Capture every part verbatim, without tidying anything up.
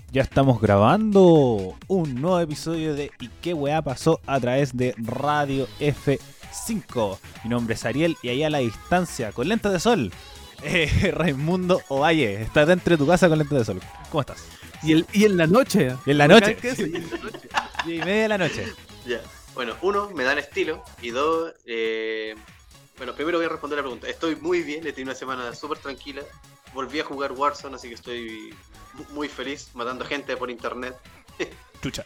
Ya estamos grabando un nuevo episodio de ¿Y qué weá pasó? A través de Radio F cinco. Mi nombre es Ariel y allá a la distancia, con lentes de sol, eh, Raimundo Ovalle. Estás dentro de tu casa con lentes de sol. ¿Cómo estás? Y, el, y en la noche. Y en la noche. ¿Qué es eso? Y en la noche. Y media de la noche. Ya. Bueno, uno, me dan estilo. Y dos, eh... bueno, primero voy a responder la pregunta. Estoy muy bien, he tenido una semana súper tranquila. Volví a jugar Warzone, así que estoy muy feliz matando gente por internet. Chucha.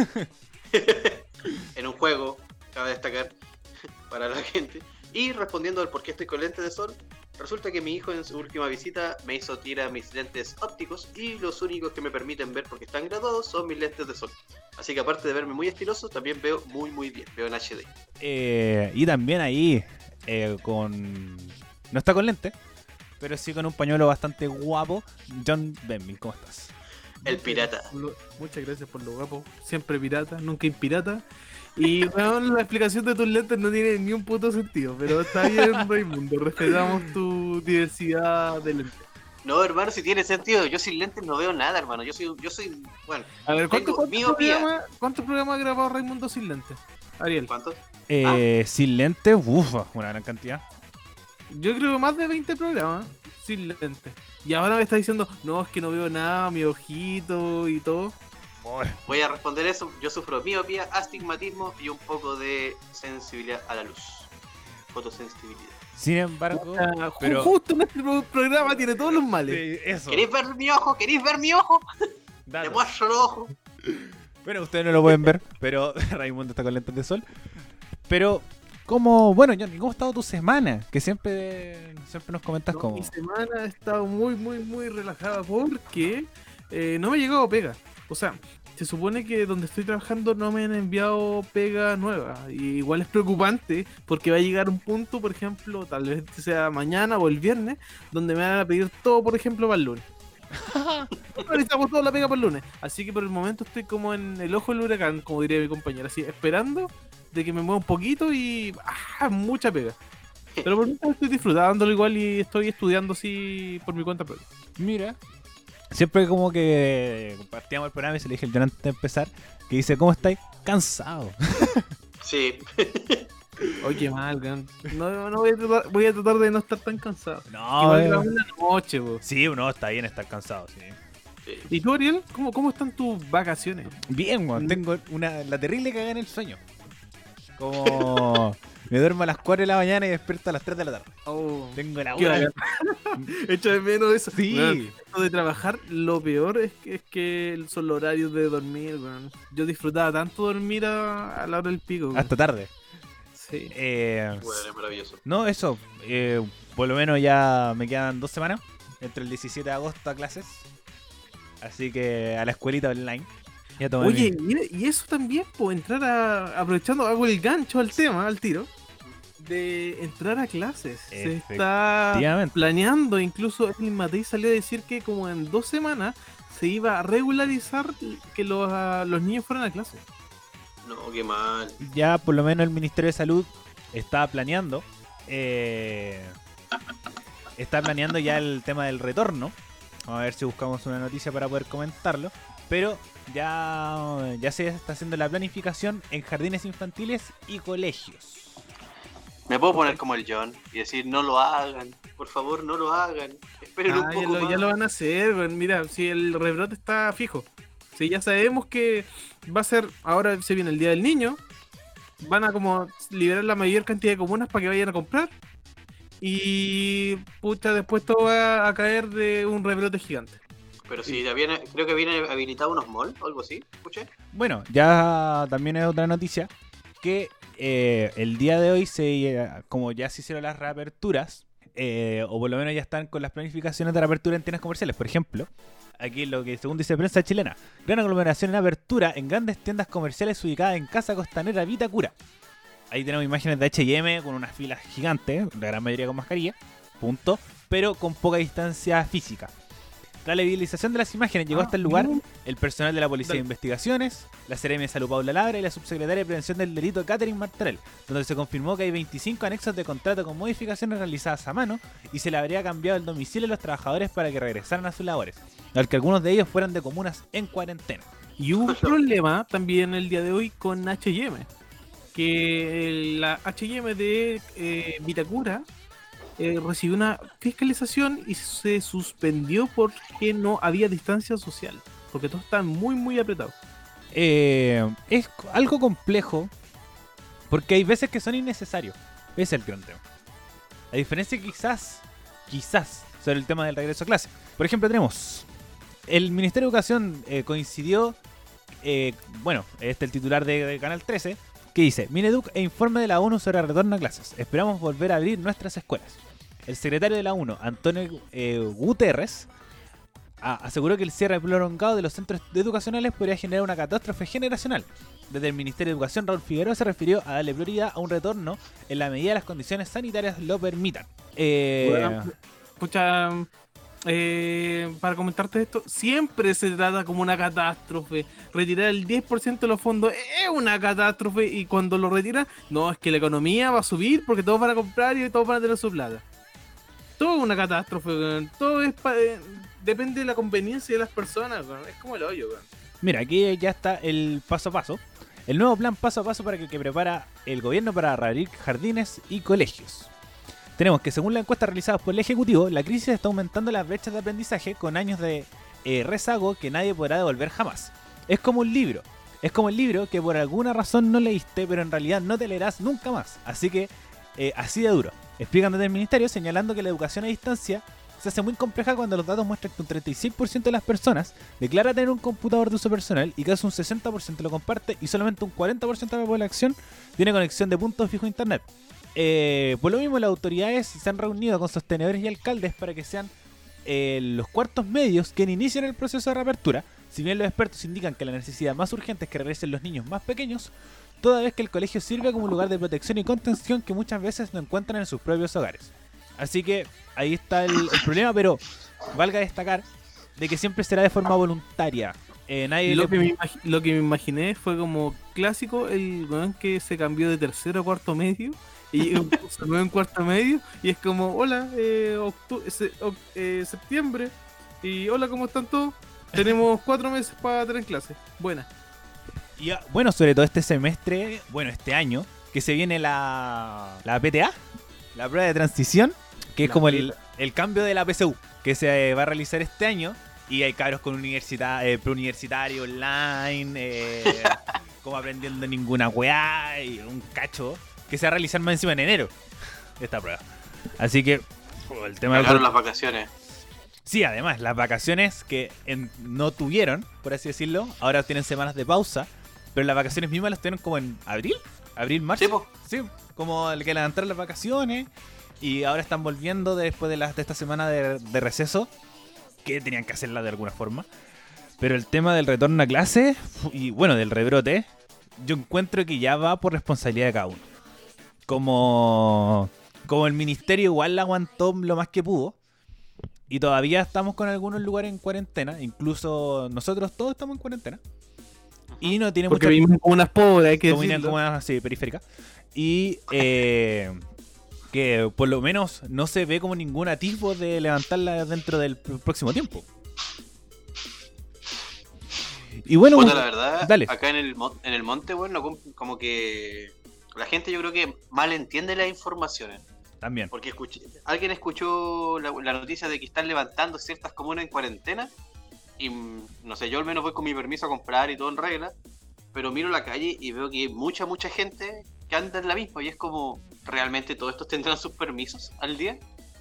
En un juego, cabe destacar, para la gente. Y respondiendo al por qué estoy con lentes de sol, resulta que mi hijo en su última visita me hizo tirar mis lentes ópticos y los únicos que me permiten ver porque están graduados son mis lentes de sol. Así que aparte de verme muy estiloso, también veo muy muy bien, veo en H D. Eh, y también ahí, eh, con... No está con lente, pero sí con un pañuelo bastante guapo, John Benvin. ¿Cómo estás? El pirata. Muchas gracias por lo guapo. Siempre pirata, nunca impirata. Y bueno, la explicación de tus lentes no tiene ni un puto sentido, pero está bien, Raimundo. Respetamos tu diversidad de lentes. No, hermano, si tiene sentido. Yo sin lentes no veo nada, hermano. Yo soy, yo soy, bueno. A ver, ¿cuántos tengo miopía. programas ¿cuánto programa ha grabado Raimundo sin lentes? Ariel. ¿Cuántos? Eh, Sin lente, uff, una gran cantidad. Yo creo que más de veinte programas sin lentes. Y ahora me está diciendo, no, es que no veo nada, mi ojito y todo. Voy a responder eso. Yo sufro miopía, astigmatismo y un poco de sensibilidad a la luz. Fotosensibilidad. Sin embargo, Ah, pero... Justo en este programa tiene todos los males. Sí, eso. ¿Queréis ver mi ojo? ¿Queréis ver mi ojo? Datos. Te muestro el ojo. Bueno, ustedes no lo pueden ver, pero Raimundo está con lentes de sol. Pero, ¿cómo? Bueno, Johnny, ¿cómo ha estado tu semana? Que siempre, siempre nos comentas No, cómo. mi semana ha estado muy, muy, muy relajada porque eh, no me ha llegado pega. O sea, se supone que donde estoy trabajando no me han enviado pega nueva. Y igual es preocupante porque va a llegar un punto, por ejemplo, tal vez sea mañana o el viernes, donde me van a pedir todo, por ejemplo, para el lunes. Necesitamos toda la pega para el lunes. Así que por el momento estoy como en el ojo del huracán, como diría mi compañera, así esperando de que me mueva un poquito y ¡ah! Mucha pega. Pero por mientras estoy disfrutándolo igual y estoy estudiando así por mi cuenta propia. Mira, siempre como que compartíamos el programa y se le dije al John antes de empezar, que dice, ¿cómo estáis? Cansado. Sí. Oye, qué mal, weón. No, no voy a tratar, voy a tratar de no estar tan cansado. No, Igual eh. grabamos una noche, bo. Sí, no, está bien estar cansado, sí. Sí. ¿Y tú, Ariel? ¿Cómo, cómo están tus vacaciones? Bien, weón, tengo una, la terrible cagada en el sueño. Como me duermo a las cuatro de la mañana y despierto a las tres de la tarde. Oh, Tengo la qué hora. bacán. Echo de menos eso. Sí. Weón, esto de trabajar, lo peor es que, es que son los horarios de dormir, weón. Yo disfrutaba tanto dormir a, a la hora del pico, weón. Hasta tarde. Sí. Eh, Bueno, es maravilloso. no, eso. Eh, por lo menos ya me quedan dos semanas. Entre el diecisiete de agosto a clases. Así que a la escuelita online. Ya tomé Oye, mi- mira, y eso también, pues entrar a. Aprovechando, hago el gancho al tema, al tiro. De entrar a clases. Se está Efectivamente. planeando, incluso el Matei salió a decir que como en dos semanas se iba a regularizar que los, a- los niños fueran a clase. No, qué mal. Ya por lo menos el Ministerio de Salud está planeando. Eh, está planeando ya el tema del retorno. Vamos a ver si buscamos una noticia para poder comentarlo. Pero ya, ya se está haciendo la planificación en jardines infantiles y colegios. Me puedo poner como el John y decir, no lo hagan. Por favor, no lo hagan. Esperen un Ah, poco ya, lo, más. ya lo van a hacer, weón. Mira, si el rebrote está fijo. Si ya sabemos que va a ser, ahora se viene el Día del Niño, van a como liberar la mayor cantidad de comunas para que vayan a comprar. Y pucha, después todo va a caer de un rebrote gigante. Pero si ya viene, creo que viene habilitado unos malls o algo así. ¿Escuché? Bueno, ya también es otra noticia que eh, el día de hoy, se eh, como ya se hicieron las reaperturas, eh, o por lo menos ya están con las planificaciones de reapertura en tiendas comerciales. Por ejemplo, aquí lo que según dice prensa chilena, gran aglomeración en apertura en grandes tiendas comerciales ubicadas en Casa Costanera Vitacura. Ahí tenemos imágenes de H y M con unas filas gigantes, la gran mayoría con mascarilla, punto, pero con poca distancia física. Tras la visualización de las imágenes llegó Ah, hasta el lugar no. el personal de la Policía de Dale. Investigaciones, la Seremi de Salud Paula Labra y la Subsecretaria de Prevención del Delito Catherine Martorell, donde se confirmó que hay veinticinco anexos de contrato con modificaciones realizadas a mano y se le habría cambiado el domicilio a los trabajadores para que regresaran a sus labores. al que algunos de ellos fueran de comunas en cuarentena. Y hubo un problema también el día de hoy con H y M, que la H y M de eh, Vitacura eh, recibió una fiscalización y se suspendió porque no había distancia social, porque todo está muy muy apretado. Eh, es algo complejo porque hay veces que son innecesarios. Ese es el gran tema. La diferencia quizás, quizás, sobre el tema del regreso a clase. Por ejemplo, tenemos el Ministerio de Educación eh, coincidió, eh, bueno, este es el titular de, de Canal trece, que dice: Mineduc e informe de la ONU sobre el retorno a clases. Esperamos volver a abrir nuestras escuelas. El secretario de la ONU, Antonio eh, Guterres, a, aseguró que el cierre prolongado de los centros educacionales podría generar una catástrofe generacional. Desde el Ministerio de Educación, Raúl Figueroa se refirió a darle prioridad a un retorno en la medida de las condiciones sanitarias lo permitan. Eh... Bueno, escucha, eh, para comentarte esto, siempre se trata como una catástrofe. Retirar el diez por ciento de los fondos es una catástrofe, y cuando lo retiran, no, es que la economía va a subir porque todos van a comprar y todos van a tener su plata. Todo es una catástrofe, weón. Todo es pa eh, depende de la conveniencia de las personas, weón. Es como el hoyo, weón. Mira, aquí ya está el paso a paso. El nuevo plan paso a paso para que, que prepara el gobierno para reabrir jardines y colegios. Tenemos que, según la encuesta realizada por el Ejecutivo, la crisis está aumentando las brechas de aprendizaje con años de eh, rezago que nadie podrá devolver jamás. Es como un libro. Es como el libro que por alguna razón no leíste, pero en realidad no te leerás nunca más. Así que, eh, así de duro. Explican desde el ministerio, señalando que la educación a distancia se hace muy compleja cuando los datos muestran que un treinta y seis por ciento de las personas declara tener un computador de uso personal y casi un sesenta por ciento lo comparte, y solamente un cuarenta por ciento de la población tiene conexión de punto fijo a internet. Eh, por lo mismo, las autoridades se han reunido con sostenedores y alcaldes para que sean eh, los cuartos medios quienes inician el proceso de reapertura. Si bien los expertos indican que la necesidad más urgente es que regresen los niños más pequeños, toda vez que el colegio sirve como un lugar de protección y contención que muchas veces no encuentran en sus propios hogares. Así que ahí está el, el problema, pero valga destacar de que siempre será de forma voluntaria. Eh, nadie lo, le... que me lo que me imaginé fue como clásico el weón que se cambió de tercero a cuarto medio y se nuevo en cuarto medio y es como, hola, eh, se eh, septiembre, y hola, ¿cómo están todos? Tenemos cuatro meses para tener clases. Buena. Y bueno, sobre todo este semestre, bueno, este año, que se viene la, la P T A, la prueba de transición, que es La como el, el cambio de la P S U, que se va a realizar este año. Y hay cabros con universidad, eh, preuniversitario online, eh, como aprendiendo ninguna weá, y un cacho, que se va a realizar más encima en enero, esta prueba. Así que, oh, el tema Cagaron del... las vacaciones. Sí, además, las vacaciones que en, no tuvieron, por así decirlo, ahora tienen semanas de pausa, pero las vacaciones mismas las tuvieron como en abril, abril, marzo. Sí, po. Sí, como el que levantaron las vacaciones y ahora están volviendo después de, las, de esta semana de, de receso, que tenían que hacerla de alguna forma. Pero el tema del retorno a clase y bueno, del rebrote, yo encuentro que ya va por responsabilidad de cada uno. Como, como el ministerio igual la aguantó lo más que pudo. Y todavía estamos con algunos lugares en cuarentena. Incluso nosotros todos estamos en cuarentena. Y no tiene Porque mucha... vivimos como unas pobres, hay que como decirlo. como unas así, periféricas. Y eh, que por lo menos no se ve como ningún atisbo de levantarla dentro del pr- próximo tiempo. Y bueno, Bueno, la verdad, dale. acá en el, mon- en el monte, bueno, com- como que la gente yo creo que mal entiende las informaciones. También. Porque escuché, alguien escuchó la, la noticia de que están levantando ciertas comunas en cuarentena. Y mm, no sé, yo al menos voy con mi permiso a comprar y todo en regla. Pero miro la calle y veo que hay mucha, mucha gente que anda en la misma. Y es como, ¿realmente todos estos tendrán sus permisos al día?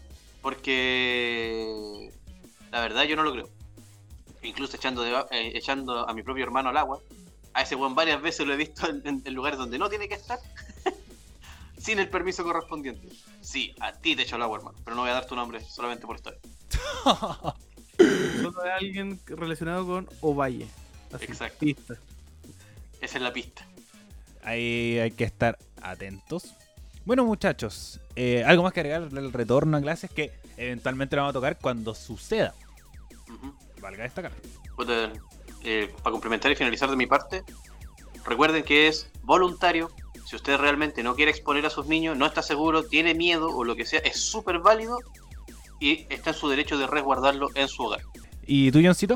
Porque la verdad yo no lo creo. Incluso echando, de, eh, echando a mi propio hermano al agua. A ese buen varias veces lo he visto en, en, en lugares donde no tiene que estar. Sin el permiso correspondiente. Sí, a ti te echo al agua, hermano. Pero no voy a dar tu nombre solamente por estar. Solo de alguien relacionado con Ovalle. Así, Exacto. pista. Esa es la pista. Ahí hay que estar atentos. Bueno, muchachos, eh, algo más que agregar del retorno a clases que eventualmente lo vamos a tocar cuando suceda. Uh-huh. Valga destacar. Puta, eh, para complementar y finalizar de mi parte, recuerden que es voluntario. Si usted realmente no quiere exponer a sus niños, no está seguro, tiene miedo o lo que sea, es súper válido y está en su derecho de resguardarlo en su hogar. ¿Y tú, Johncito?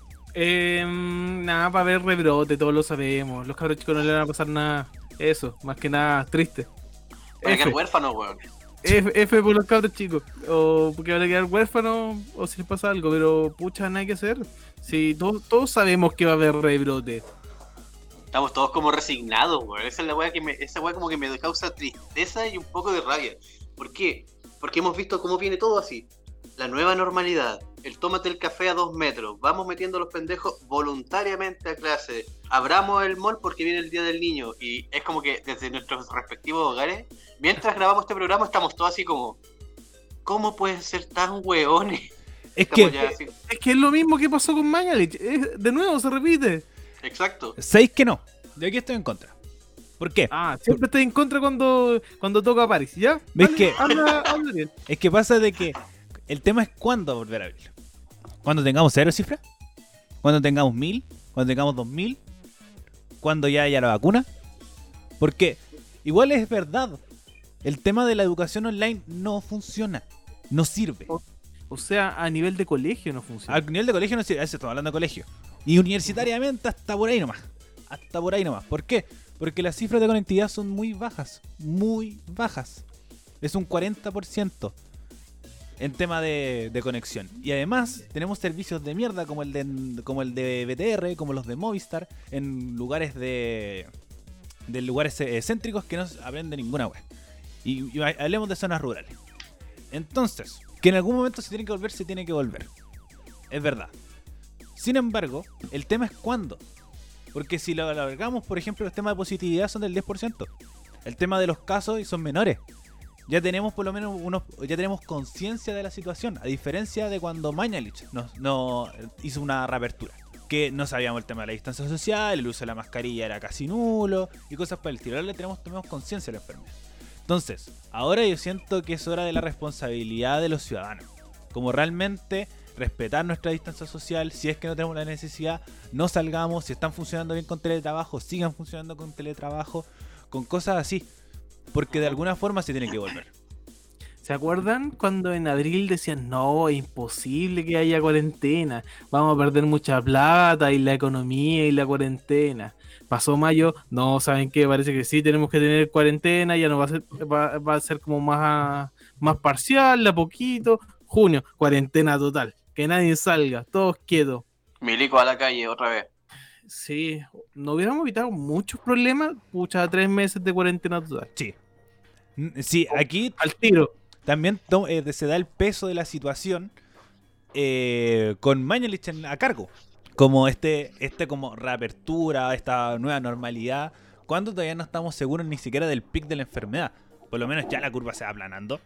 Eh, nada, para ver rebrote, todos lo sabemos. Los cabros chicos no le van a pasar nada. Eso, más que nada, triste. Para F, quedar huérfano, weón. F, F por los cabros chicos. O porque van a quedar huérfanos, o si les pasa algo, pero pucha, nada que hacer. Si todos, todos sabemos que va a haber rebrote. Estamos todos como resignados, weón. Esa es la weá que me, esa weá como que me causa tristeza y un poco de rabia. ¿Por qué? Porque hemos visto cómo viene todo así. La nueva normalidad, el tómate el café a dos metros, vamos metiendo a los pendejos voluntariamente a clase, abramos el mall porque viene el Día del Niño, y es como que desde nuestros respectivos hogares, mientras grabamos este programa estamos todos así como, ¿cómo pueden ser tan hueones? Es Estamos que, ya así. Es que es lo mismo que pasó con Mañalich. Es- De nuevo se repite. Exacto. ¿sabéis que no? De aquí estoy en contra. ¿Por qué? Ah, siempre estoy en contra cuando, cuando toca a Paris, ¿ya? ¿Ves Dale, que- habla- habla bien. Es que pasa de que el tema es cuándo volver a abrir. Cuando tengamos cero cifras, cuando tengamos mil, cuando tengamos dos mil, cuando ya haya la vacuna. Porque igual es verdad, el tema de la educación online no funciona, no sirve. O sea, a nivel de colegio no funciona. Al nivel de colegio no sirve, eso estamos hablando de colegio. Y universitariamente hasta por ahí nomás. Hasta por ahí nomás. ¿Por qué? Porque las cifras de conectividad son muy bajas, muy bajas. Es un cuarenta por ciento. En tema de, de conexión. Y además tenemos servicios de mierda como el de como el de B T R, como los de Movistar, en lugares de, de lugares eh, céntricos que no se aprende ninguna web. Y, y hablemos de zonas rurales. Entonces, que en algún momento se tiene que volver, se tiene que volver. Es verdad. Sin embargo, el tema es cuándo. Porque si lo alargamos, por ejemplo, los temas de positividad son del diez por ciento. El tema de los casos y son menores. Ya tenemos por lo menos unos, ya tenemos conciencia de la situación, a diferencia de cuando Mañalich nos, nos hizo una reapertura, que no sabíamos el tema de la distancia social, el uso de la mascarilla era casi nulo y cosas por el estilo. Ahora le tenemos, tenemos conciencia de la enfermedad. Entonces, ahora yo siento que es hora de la responsabilidad de los ciudadanos, como realmente respetar nuestra distancia social. Si es que no tenemos la necesidad, no salgamos. Si están funcionando bien con teletrabajo, sigan funcionando con teletrabajo, con cosas así. Porque de alguna forma se tiene que volver. ¿Se acuerdan cuando en abril decían, no, es imposible que haya cuarentena, vamos a perder mucha plata y la economía y la cuarentena? Pasó mayo, no, ¿saben qué? Parece que sí, tenemos que tener cuarentena, ya no va a ser, va, va a ser como más, más parcial, de a poquito. Junio, cuarentena total, que nadie salga, todos quietos. Milico a la calle otra vez. Sí, no hubiéramos evitado muchos problemas, pucha, tres meses de cuarentena total. Sí. N- Sí, aquí Al tiro. también to- eh, se da el peso de la situación eh, con Mañalich en- a cargo. Como este, este como reapertura, esta nueva normalidad, cuando todavía no estamos seguros ni siquiera del pic de la enfermedad. Por lo menos ya la curva se va aplanando.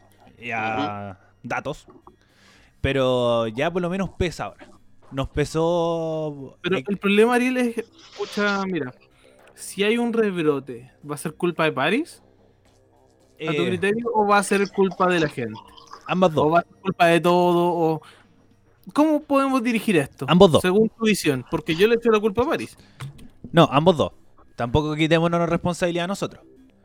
Ya datos. Pero ya por lo menos pesa ahora. Nos pesó. Pero eh, el problema, Ariel, es, pucha, mira, si hay un rebrote, ¿va a ser culpa de París? ¿A tu eh, criterio? ¿O va a ser culpa de la gente? ambas ¿O dos. va a ser culpa de todo? O... ¿Cómo podemos dirigir esto? Ambos dos. Según tu visión, porque yo le echo la culpa a París. No, ambos dos. Tampoco quitémonos la responsabilidad a nosotros.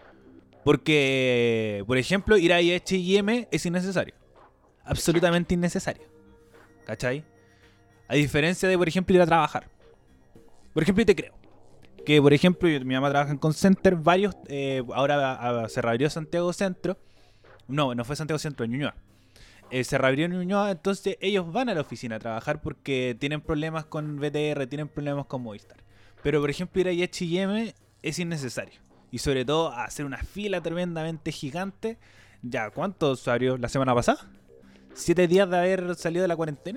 Porque, por ejemplo, ir a H y M es innecesario. Absolutamente innecesario. ¿Cachai? A diferencia de, por ejemplo, ir a trabajar. Por ejemplo, yo te creo que, por ejemplo, yo- mi mamá trabaja en Call Center, varios, eh, ahora a- a- se reabrió Santiago Centro. No, no fue Santiago Centro, en Ñuñoa. Eh, se reabrió en Ñuñoa, entonces ellos van a la oficina a trabajar porque tienen problemas con B T R, tienen problemas con Movistar. Pero, por ejemplo, ir a H y M es innecesario. Y sobre todo, hacer una fila tremendamente gigante. Ya, ¿cuánto se abrió la semana pasada? ¿Siete días de haber salido de la cuarentena?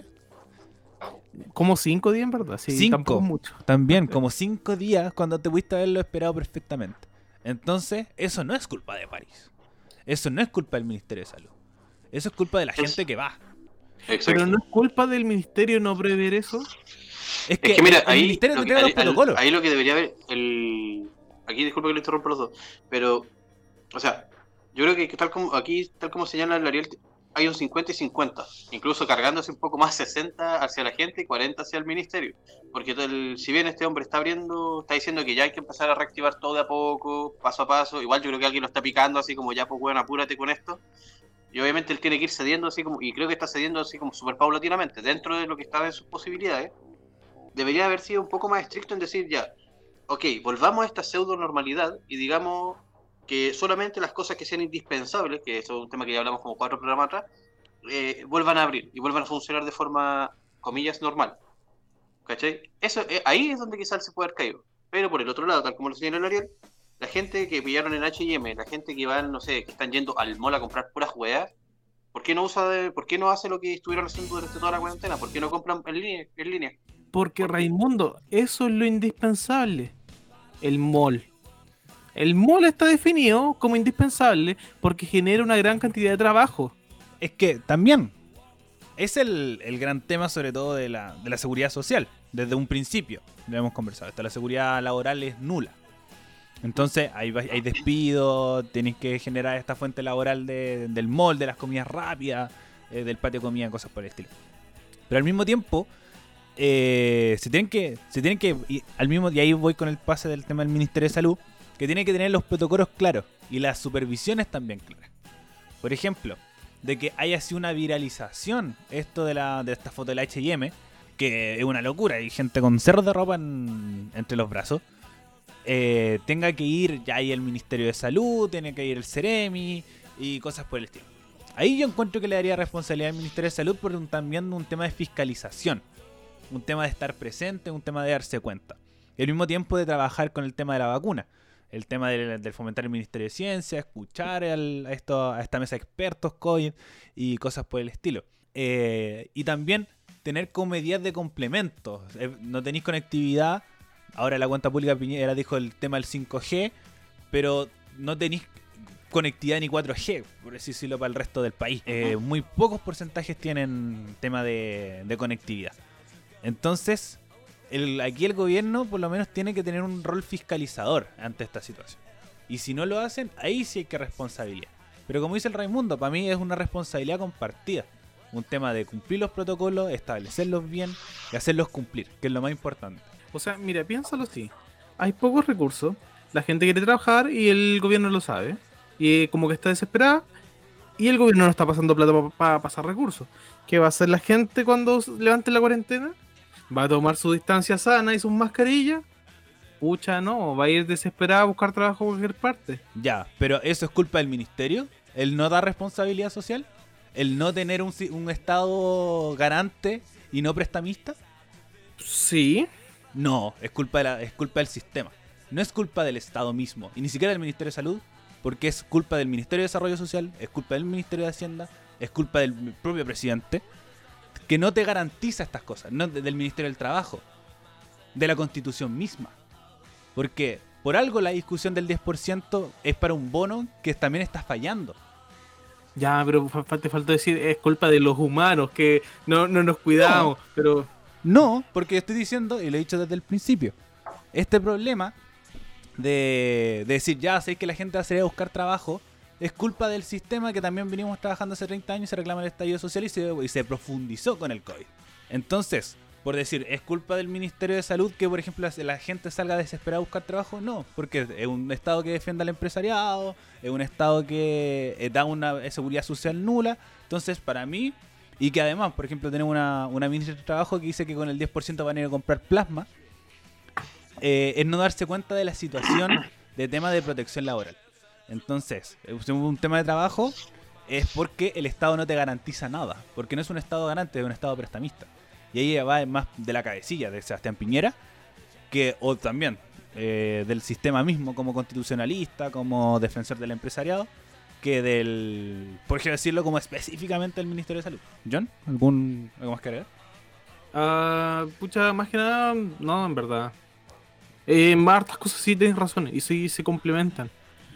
Como cinco días, en verdad. Sí, Cinco. tampoco es mucho. También, como cinco días cuando te pudiste haberlo esperado perfectamente. Entonces, eso no es culpa de París. Eso no es culpa del Ministerio de Salud. Eso es culpa de la Es- gente que va. Exacto. Pero no es culpa del ministerio no prever eso. Es que, Es que mira, el ahí Ministerio lo, no que, tiene los ahí- al- protocolos. ahí lo que debería haber, el... aquí disculpa que lo interrumpa los dos, pero, o sea, yo creo que tal como aquí, tal como señala el Ariel, hay un cincuenta y cincuenta, incluso cargándose un poco más sesenta hacia la gente y cuarenta hacia el ministerio, porque el- si bien este hombre está abriendo, está diciendo que ya hay que empezar a reactivar todo de a poco, paso a paso, igual yo creo que alguien lo está picando así como ya pues bueno, apúrate con esto. Y obviamente él tiene que ir cediendo así como, y creo que está cediendo así como súper paulatinamente, dentro de lo que estaba en sus posibilidades. Debería haber sido un poco más estricto en decir ya, ok, volvamos a esta pseudo normalidad y digamos que solamente las cosas que sean indispensables, que eso es un tema que ya hablamos como cuatro programas atrás, eh, vuelvan a abrir y vuelvan a funcionar de forma, comillas, normal. ¿Cachai? Eso, eh, ahí es donde quizás se puede haber caído. Pero por el otro lado, tal como lo señaló el Ariel, la gente que pillaron en H y M, la gente que van, no sé, que están yendo al mall a comprar puras hueás, ¿por qué no usa de, por qué no hace lo que estuvieron haciendo durante toda la cuarentena? ¿Por qué no compran en línea? En línea? Porque Raimundo, eso es lo indispensable. El mall. El mall está definido como indispensable porque genera una gran cantidad de trabajo. Es que también es el, el gran tema, sobre todo de la, de la seguridad social. Desde un principio lo hemos conversado. Hasta la seguridad laboral es nula. Entonces hay, hay despidos, tienes que generar esta fuente laboral de, del mall, de las comidas rápidas, eh, del patio de comida, cosas por el estilo. Pero al mismo tiempo, eh, se tienen que, se tienen que y, al mismo y ahí voy con el pase del tema del Ministerio de Salud, que tiene que tener los protocolos claros y las supervisiones también claras. Por ejemplo, de que haya sido una viralización esto de la de esta foto del H y M, que es una locura, hay gente con cerros de ropa en, entre los brazos. Eh, tenga que ir ya ahí el Ministerio de Salud, tiene que ir el Ceremi y cosas por el estilo. Ahí yo encuentro que le daría responsabilidad al Ministerio de Salud por un, también un tema de fiscalización, un tema de estar presente, un tema de darse cuenta. Y al mismo tiempo de trabajar con el tema de la vacuna, el tema del, del fomentar el Ministerio de Ciencia, escuchar al, a, esto, a esta mesa de expertos COVID y cosas por el estilo. Eh, y también tener como medidas de complementos. Eh, no tenéis conectividad. Ahora la cuenta pública Piñera dijo el tema del cinco G, pero no tenéis conectividad ni cuatro G, por así decirlo, para el resto del país. Eh, muy pocos porcentajes tienen tema de, de conectividad. Entonces, el, aquí el gobierno por lo menos tiene que tener un rol fiscalizador ante esta situación. Y si no lo hacen, ahí sí hay que responsabilidad. Pero como dice el Raimundo, para mí es una responsabilidad compartida. Un tema de cumplir los protocolos, establecerlos bien y hacerlos cumplir, que es lo más importante. O sea, mira, piénsalo así. Hay pocos recursos, la gente quiere trabajar y el gobierno lo sabe. Y como que está desesperada y el gobierno no está pasando plata para pa pasar recursos. ¿Qué va a hacer la gente cuando levante la cuarentena? ¿Va a tomar su distancia sana y sus mascarillas? Pucha, no, va a ir desesperada a buscar trabajo en cualquier parte. Ya, pero ¿eso es culpa del ministerio? ¿El no dar responsabilidad social? ¿El no tener un, un estado garante y no prestamista? Sí. No, es culpa, de la, es culpa del sistema. No es culpa del Estado mismo. Y ni siquiera del Ministerio de Salud, porque es culpa del Ministerio de Desarrollo Social, es culpa del Ministerio de Hacienda, es culpa del propio presidente, que no te garantiza estas cosas. No del Ministerio del Trabajo, de la Constitución misma. Porque por algo la discusión del diez por ciento es para un bono que también está fallando. Ya, pero te falta decir, es culpa de los humanos, que no, no nos cuidamos, no. pero... No, porque estoy diciendo, y lo he dicho desde el principio, este problema de, de decir, ya sé que la gente va a salir a buscar trabajo, es culpa del sistema que también venimos trabajando hace treinta años y se reclama el estallido social y se, y se profundizó con el COVID. Entonces, por decir, ¿es culpa del Ministerio de Salud que, por ejemplo, la, la gente salga desesperada a buscar trabajo? No, porque es un Estado que defiende al empresariado, es un Estado que eh, da una seguridad social nula. Entonces, para mí... Y que además, por ejemplo, tenemos una, una ministra de Trabajo que dice que con el diez por ciento van a ir a comprar plasma. Eh, es no darse cuenta de la situación de tema de protección laboral. Entonces, un tema de trabajo es porque el Estado no te garantiza nada. Porque no es un Estado garante, es un Estado prestamista. Y ahí va más de la cabecilla de Sebastián Piñera, que o también eh, del sistema mismo como constitucionalista, como defensor del empresariado, que del, por ejemplo decirlo, como específicamente del Ministerio de Salud. John, ¿algún algo más que agregar? Uh, pucha, más que nada, no, en verdad. Eh, en hartas cosas sí tienes razón y sí se complementan.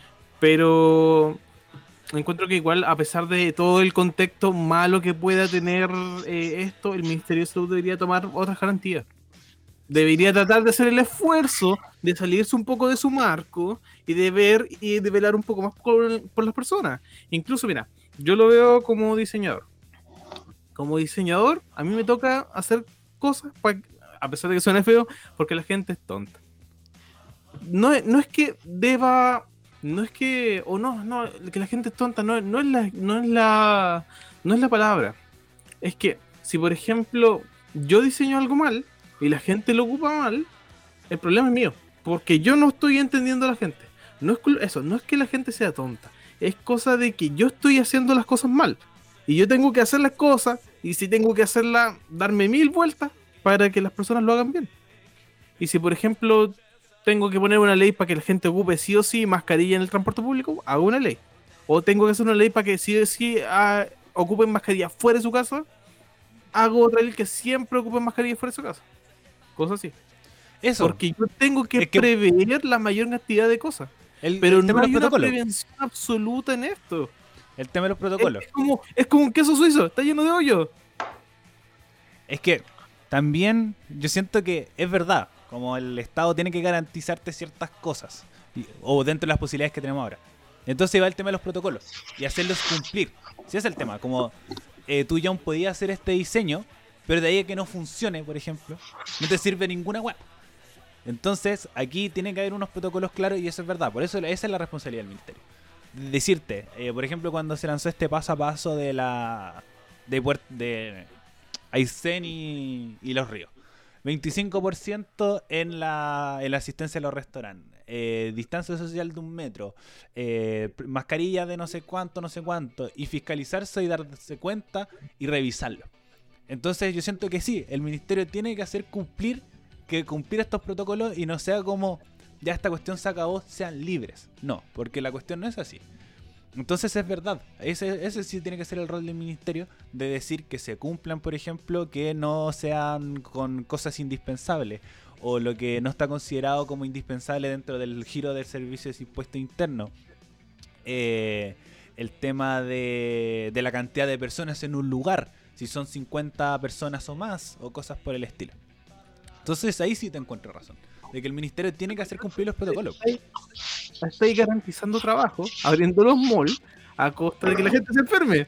Pero encuentro que igual, a pesar de todo el contexto malo que pueda tener eh, esto, el Ministerio de Salud debería tomar otras garantías. Debería tratar de hacer el esfuerzo de salirse un poco de su marco y de ver y de velar un poco más por, por las personas. Incluso, mira, yo lo veo como diseñador. Como diseñador, a mí me toca hacer cosas, pa, a pesar de que suene feo, porque la gente es tonta. No, no es que deba no es que, o no, no, que la gente es tonta, no, no es la, no es la, no es la palabra. Es que, si por ejemplo, yo diseño algo mal y la gente lo ocupa mal, el problema es mío, porque yo no estoy entendiendo a la gente. No es cul- eso, no es que la gente sea tonta, es cosa de que yo estoy haciendo las cosas mal. Y yo tengo que hacer las cosas, y si tengo que hacerlas, darme mil vueltas para que las personas lo hagan bien. Y si por ejemplo tengo que poner una ley para que la gente ocupe sí o sí mascarilla en el transporte público, hago una ley. O tengo que hacer una ley para que sí o sí ah, ocupen mascarilla fuera de su casa, hago otra ley que siempre ocupen mascarilla fuera de su casa. Cosas así. Eso, Porque yo tengo que, Es que- prever la mayor cantidad de cosas. el, Pero el tema no de hay los una protocolos. prevención absoluta en esto. El tema de los Es, protocolos. es como, es como un queso suizo, está lleno de hoyos. Es que también yo siento que es verdad, como el Estado tiene que garantizarte ciertas cosas, y- o dentro de las posibilidades que tenemos ahora. Entonces va el tema de los protocolos y hacerlos cumplir. Si es el tema, como eh, tú ya podías hacer este diseño, pero de ahí a que no funcione, por ejemplo, no te sirve ninguna web. Entonces aquí tiene que haber unos protocolos claros y eso es verdad. Por eso esa es la responsabilidad del ministerio. Decirte, eh, por ejemplo, cuando se lanzó este paso a paso de la de, Puert- de Aysén y, y Los Ríos. veinticinco por ciento en la, en la asistencia a los restaurantes. Eh, distancia social de un metro. Eh, mascarilla de no sé cuánto, no sé cuánto. Y fiscalizarse y darse cuenta y revisarlo. Entonces yo siento que sí, el ministerio tiene que hacer cumplir, que cumplir estos protocolos y no sea como, ya esta cuestión se acabó, sean libres. No, porque la cuestión no es así. Entonces es verdad, ese, ese sí tiene que ser el rol del ministerio, de decir que se cumplan, por ejemplo, que no sean con cosas indispensables, o lo que no está considerado como indispensable dentro del giro del servicio de impuesto interno. Eh, el tema de, de la cantidad de personas en un lugar, si son cincuenta personas o más, o cosas por el estilo. Entonces ahí sí te encuentro razón, de que el ministerio tiene que hacer cumplir los protocolos. Estáis, estáis garantizando trabajo, abriendo los malls a costa de que la gente se enferme.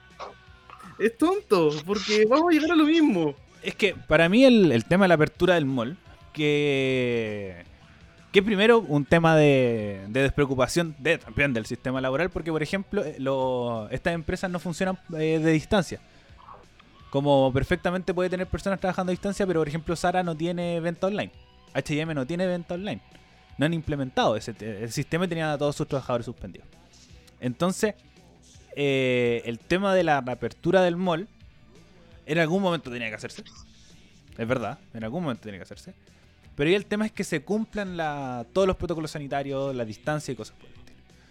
Es tonto, porque vamos a llegar a lo mismo. Es que para mí el, el tema de la apertura del mall, que, que primero un tema de, de despreocupación de, también del sistema laboral, porque por ejemplo eh, lo, estas empresas no funcionan eh, de distancia. Como perfectamente puede tener personas trabajando a distancia, pero por ejemplo Zara no tiene venta online. H y M no tiene venta online. No han implementado ese el sistema y tenían a todos sus trabajadores suspendidos. Entonces, eh, el tema de la apertura del mall en algún momento tenía que hacerse. Es verdad, en algún momento tenía que hacerse. Pero ahí el tema es que se cumplan la, todos los protocolos sanitarios, la distancia y cosas por el estilo.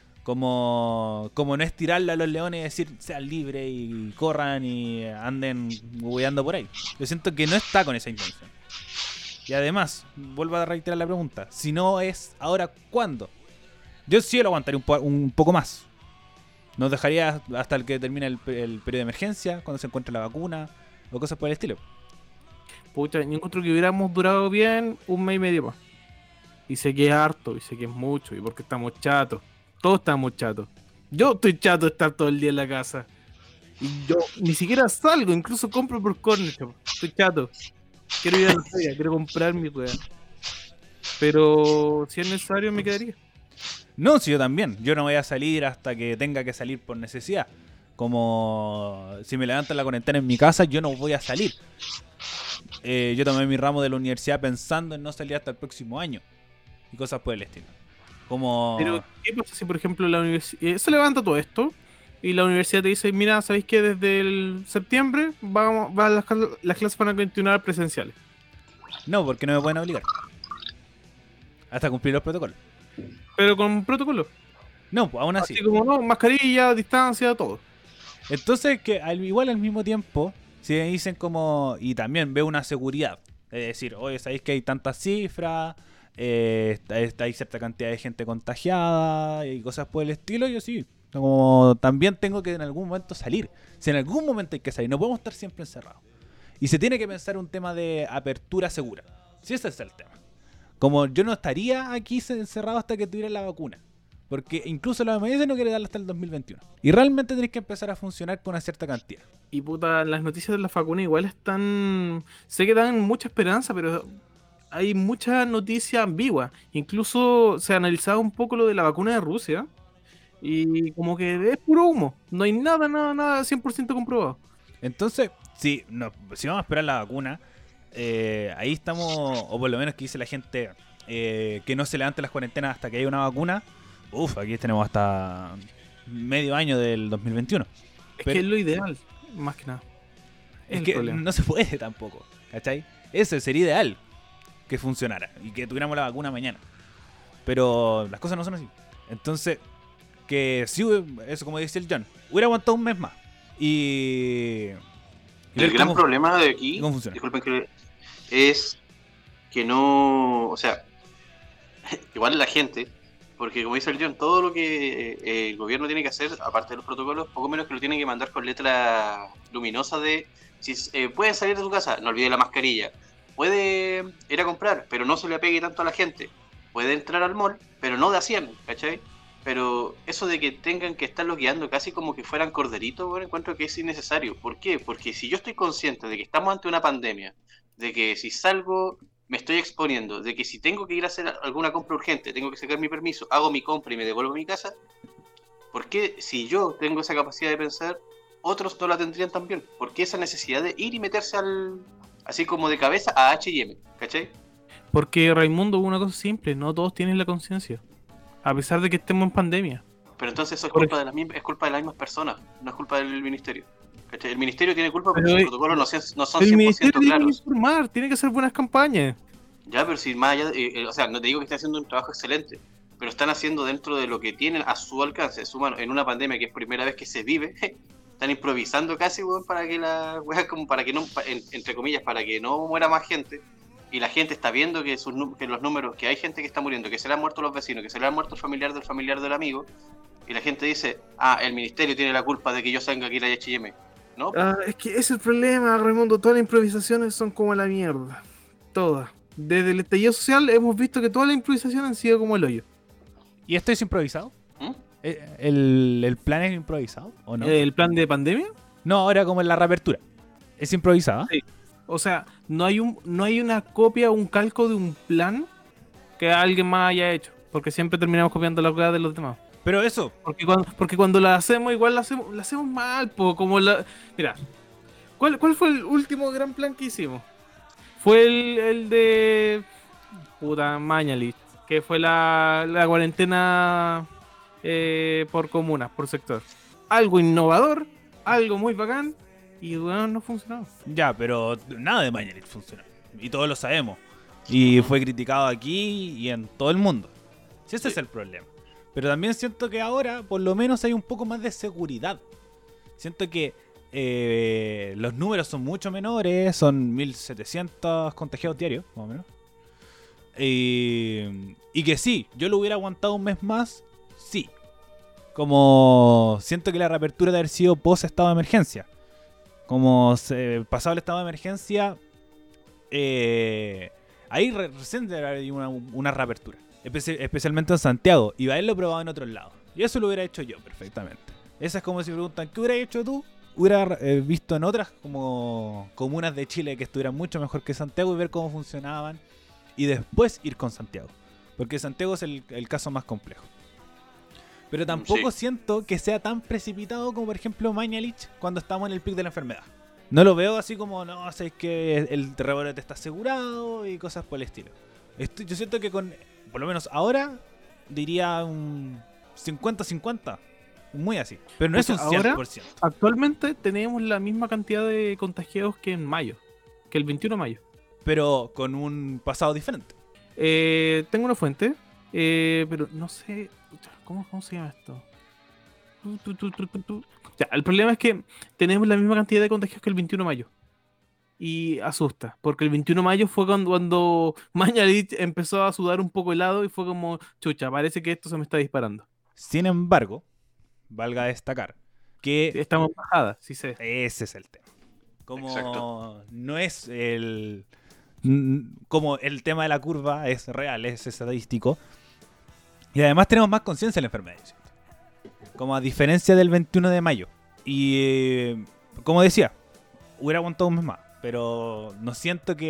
Como, como no es tirarle a los leones y decir sean libres y corran y anden hueando por ahí. Yo siento que no está con esa intención. Y además, vuelvo a reiterar la pregunta, si no es ahora, ¿cuándo? Yo sí lo aguantaría un, po un poco más. Nos dejaría hasta el que termine el, el periodo de emergencia, cuando se encuentre la vacuna o cosas por el estilo. Pucha, yo encuentro que hubiéramos durado bien un mes y medio más. Y sé que es harto, y sé que es mucho, y porque estamos chatos. Todos estamos chatos. Yo estoy chato de estar todo el día en la casa. Y yo ni siquiera salgo, incluso compro por corner. Estoy chato. Quiero ir a la feria, quiero comprar mi weá. Pero si es necesario me quedaría. No, si yo también. Yo no voy a salir hasta que tenga que salir por necesidad. Como si me levantan la cuarentena en mi casa, yo no voy a salir. Eh, yo tomé mi ramo de la universidad pensando en no salir hasta el próximo año. Y cosas por el estilo. Como... Pero, ¿qué pasa si, por ejemplo, la universidad se levanta todo esto y la universidad te dice, mira, ¿sabéis que desde el septiembre vamos, va las, las clases van a continuar presenciales? No, porque no me pueden obligar. Hasta cumplir los protocolos. Pero con protocolo. No, pues aún así. Así como, no, mascarilla, distancia, todo. Entonces, que al, igual al mismo tiempo, si me dicen como... Y también veo una seguridad. Es decir, oye, ¿sabéis que hay tantas cifras? Eh, está, está, hay cierta cantidad de gente contagiada y cosas por el estilo. Yo sí, como también tengo que en algún momento salir. Si en algún momento hay que salir, no podemos estar siempre encerrados. Y se tiene que pensar un tema de apertura segura. Si ese es el tema. Como yo no estaría aquí encerrado hasta que tuviera la vacuna. Porque incluso la O M S no quiere darla hasta el dos mil veintiuno. Y realmente tenéis que empezar a funcionar con una cierta cantidad. Y puta, las noticias de la vacuna igual están... Sé que dan mucha esperanza, pero hay mucha noticia ambigua. Incluso se ha analizado un poco lo de la vacuna de Rusia. Y como que es puro humo. No hay nada, nada, nada cien por ciento comprobado. Entonces, si, no, si vamos a esperar la vacuna, eh, ahí estamos, o por lo menos que dice la gente, eh, que no se levante las cuarentenas hasta que haya una vacuna. Uf, aquí tenemos hasta medio año del dos mil veintiuno. Es Pero- que es lo ideal, más que nada. Es el que problema. no se puede tampoco, ¿cachai? Eso sería ideal, que funcionara y que tuviéramos la vacuna mañana. Pero las cosas no son así. Entonces, que sí, eso como dice el John, hubiera aguantado un mes más. Y... y ver El gran cómo- problema de aquí, cómo funciona. disculpen que es que no, o sea, igual la gente, porque como dice el John, todo lo que eh, el gobierno tiene que hacer, aparte de los protocolos, poco menos que lo tienen que mandar con letra luminosa de, si eh, pueden salir de su casa, no olvide la mascarilla, puede ir a comprar, pero no se le apegue tanto a la gente, puede entrar al mall, pero no de a cien, ¿cachai? Pero eso de que tengan que estarlos guiando casi como que fueran corderitos, bueno, encuentro que es innecesario. ¿Por qué? Porque si yo estoy consciente de que estamos ante una pandemia, de que si salgo me estoy exponiendo, de que si tengo que ir a hacer alguna compra urgente, tengo que sacar mi permiso, hago mi compra y me devuelvo a mi casa, ¿por qué si yo tengo esa capacidad de pensar, otros no la tendrían también? ¿Por qué esa necesidad de ir y meterse al así como de cabeza a H y M? ¿Cachai? Porque Raimundo, una cosa simple, no todos tienen la conciencia. A pesar de que estemos en pandemia. Pero entonces eso es Por culpa de las mismas, es culpa de las mismas personas, no es culpa del ministerio. ¿Cachai? El ministerio tiene culpa porque Pero sus el- protocolos no, se- no son El cien por ministerio ciento tiene que claros. informar, tiene que hacer buenas campañas. Ya, pero si más allá, de- eh, eh, o sea, no te digo que estén haciendo un trabajo excelente, pero están haciendo dentro de lo que tienen a su alcance, a su mano, en una pandemia que es primera vez que se vive, están improvisando casi, weón, para que la weá, como para que no, pa- en- entre comillas, para que no muera más gente, y la gente está viendo que, sus, nu- que los números, que hay gente que está muriendo, que se le han muerto los vecinos, que se le han muerto el familiar del familiar del amigo, y la gente dice, ah, el ministerio tiene la culpa de que yo salga aquí a H y M. ¿No? Ah, es que ese es el problema, Raimundo. Todas las improvisaciones son como la mierda. Todas. Desde el estallido social hemos visto que todas las improvisaciones han sido como el hoyo. ¿Y esto es improvisado? ¿Mm? ¿Eh, ¿El, el plan es improvisado o no? ¿El plan de pandemia? No, ahora como en la reapertura. ¿Es improvisada? Sí. O sea, no hay un, no hay una copia o un calco de un plan que alguien más haya hecho. Porque siempre terminamos copiando la cosas de los demás. Pero eso, Porque cuando, porque cuando la hacemos, igual la hacemos, la hacemos mal, po, como la. Mira, ¿cuál, ¿cuál fue el último gran plan que hicimos? Fue el, el de. Puta Mañalich, que fue la, la cuarentena eh, por comunas, por sector. Algo innovador, algo muy bacán, y bueno, no funcionó. ya, pero nada de Mañalich funcionó. Y todos lo sabemos. Y fue criticado aquí y en todo el mundo. Si ese es el problema. Pero también siento que ahora, por lo menos, hay un poco más de seguridad. Siento que eh, los números son mucho menores, son mil setecientos contagiados diarios, más o menos. Y, y que sí, yo lo hubiera aguantado un mes más, sí. Como siento que la reapertura de haber sido post estado de emergencia. Como se, pasado el estado de emergencia, eh, ahí re- recién debe haber una, una reapertura. Espe- especialmente en Santiago. Y haberlo probado en otros lados. Y eso lo hubiera hecho yo perfectamente. Esa es como si me preguntan, ¿qué hubieras hecho tú? Hubiera eh, visto en otras como comunas de Chile que estuvieran mucho mejor que Santiago y ver cómo funcionaban. Y después ir con Santiago. Porque Santiago es el, el caso más complejo. Pero tampoco Sí. siento que sea tan precipitado como por ejemplo Mañalich cuando estamos en el pic de la enfermedad. No lo veo así como, no, sabes que el rebrote está asegurado y cosas por el estilo. Esto- yo siento que con, por lo menos ahora, diría un cincuenta cincuenta. Muy así. Pero no es un Pucha, ahora- cien por ciento. Actualmente tenemos la misma cantidad de contagiados que en mayo, que el veintiuno de mayo. Pero con un pasado diferente. Eh, tengo una fuente, eh, pero no sé. ¿Cómo, cómo se llama esto? Tu, tu, tu, tu, tu, tu. Ya, el problema es que tenemos la misma cantidad de contagios que el veintiuno de mayo. Y asusta, porque el veintiuno de mayo fue cuando, cuando Mañalich empezó a sudar un poco helado y fue como, chucha, parece que esto se me está disparando. Sin embargo, valga destacar que Estamos en bajada, sí sé. ese es el tema. Como Exacto. no es el. n- Como el tema de la curva es real, es estadístico. Y además tenemos más conciencia de la enfermedad. ¿Cierto? Como a diferencia del veintiuno de mayo. Y eh, como decía, hubiera aguantado un mes más. Pero no siento que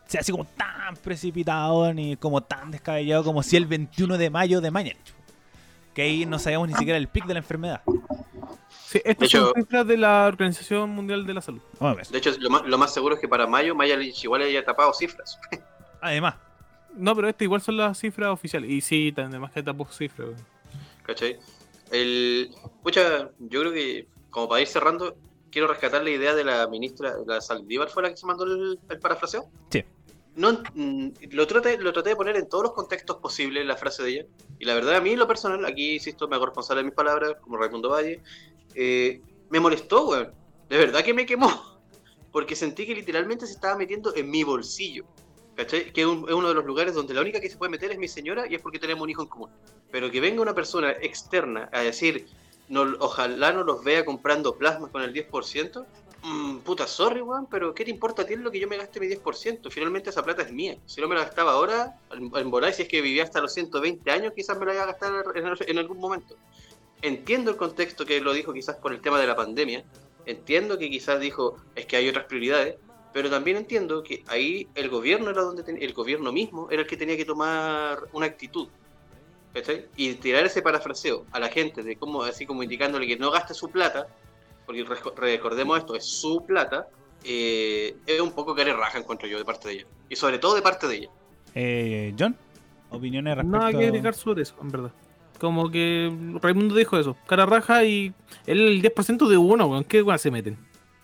sea así como tan precipitado ni como tan descabellado como si el veintiuno de mayo de Mañalich. Que ahí no sabíamos ni siquiera el pic de la enfermedad. Sí, estas De hecho- son cifras de la Organización Mundial de la Salud. Vamos a ver. De hecho, lo más, lo más seguro es que para mayo Mañalich igual haya tapado cifras. Además, No, pero estas igual son las cifras oficiales. Y sí, además que tapó cifras. weón. ¿Cachai? El, pucha, yo creo que, como para ir cerrando, quiero rescatar la idea de la ministra, la Saldívar fue la que se mandó el, el parafraseo. sí. No, mm, lo, traté, lo traté de poner en todos los contextos posibles la frase de ella. Y la verdad, a mí, en lo personal, aquí insisto, me hago responsable de mis palabras, como Raimundo Valle. eh, me molestó, weón. De verdad que me quemó. Porque sentí que literalmente se estaba metiendo en mi bolsillo. ¿Cachai? Que es, un- es uno de los lugares donde la única que se puede meter es mi señora y es porque tenemos un hijo en común. Pero que venga una persona externa a decir, no, ojalá no los vea comprando plasma con el diez por ciento. Mm, puta, sorry, weón, pero ¿qué te importa a ti lo que yo me gaste mi diez por ciento? Finalmente esa plata es mía. Si no me la gastaba ahora, en, en volar, si es que vivía hasta los ciento veinte años, quizás me la iba a gastar en, en algún momento. Entiendo el contexto que lo dijo quizás por el tema de la pandemia. Entiendo que quizás dijo, es que hay otras prioridades. Pero también entiendo que ahí el gobierno era donde ten- el gobierno mismo era el que tenía que tomar una actitud. ¿Cachai? Y tirar ese parafraseo a la gente de cómo, así como indicándole que no gaste su plata, porque reco- recordemos esto, es su plata, eh, es un poco que le raja, encuentro yo, de parte de ella. Y sobre todo de parte de ella. Eh, John, opiniones respecto Nada que agregar sobre eso, en verdad. Como que Raimundo dijo eso. Cara raja y él el diez por ciento de uno, weón. ¿Qué weón se meten?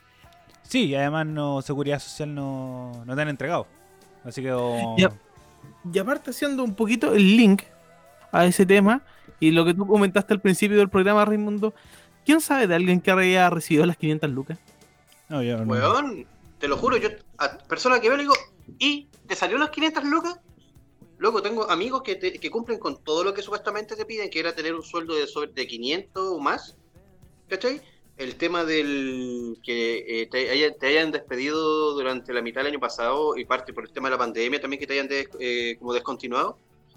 Sí, y además no, Seguridad Social no, no te han entregado. Así que... oh, Ya. Y aparte haciendo un poquito el link a ese tema y lo que tú comentaste al principio del programa, Raimundo, ¿quién sabe de alguien que haya recibido las quinientas lucas? no, yo no. Weón, te lo juro, yo a persona que veo le digo, ¿y te salió las quinientas lucas? Loco, tengo amigos que, te- que cumplen con todo lo que supuestamente te piden, que era tener un sueldo de, sobre, de quinientos o más. ¿Cachai? El tema del que eh, te, haya- te hayan despedido durante la mitad del año pasado y parte por el tema de la pandemia también que te hayan des- eh, como descontinuado.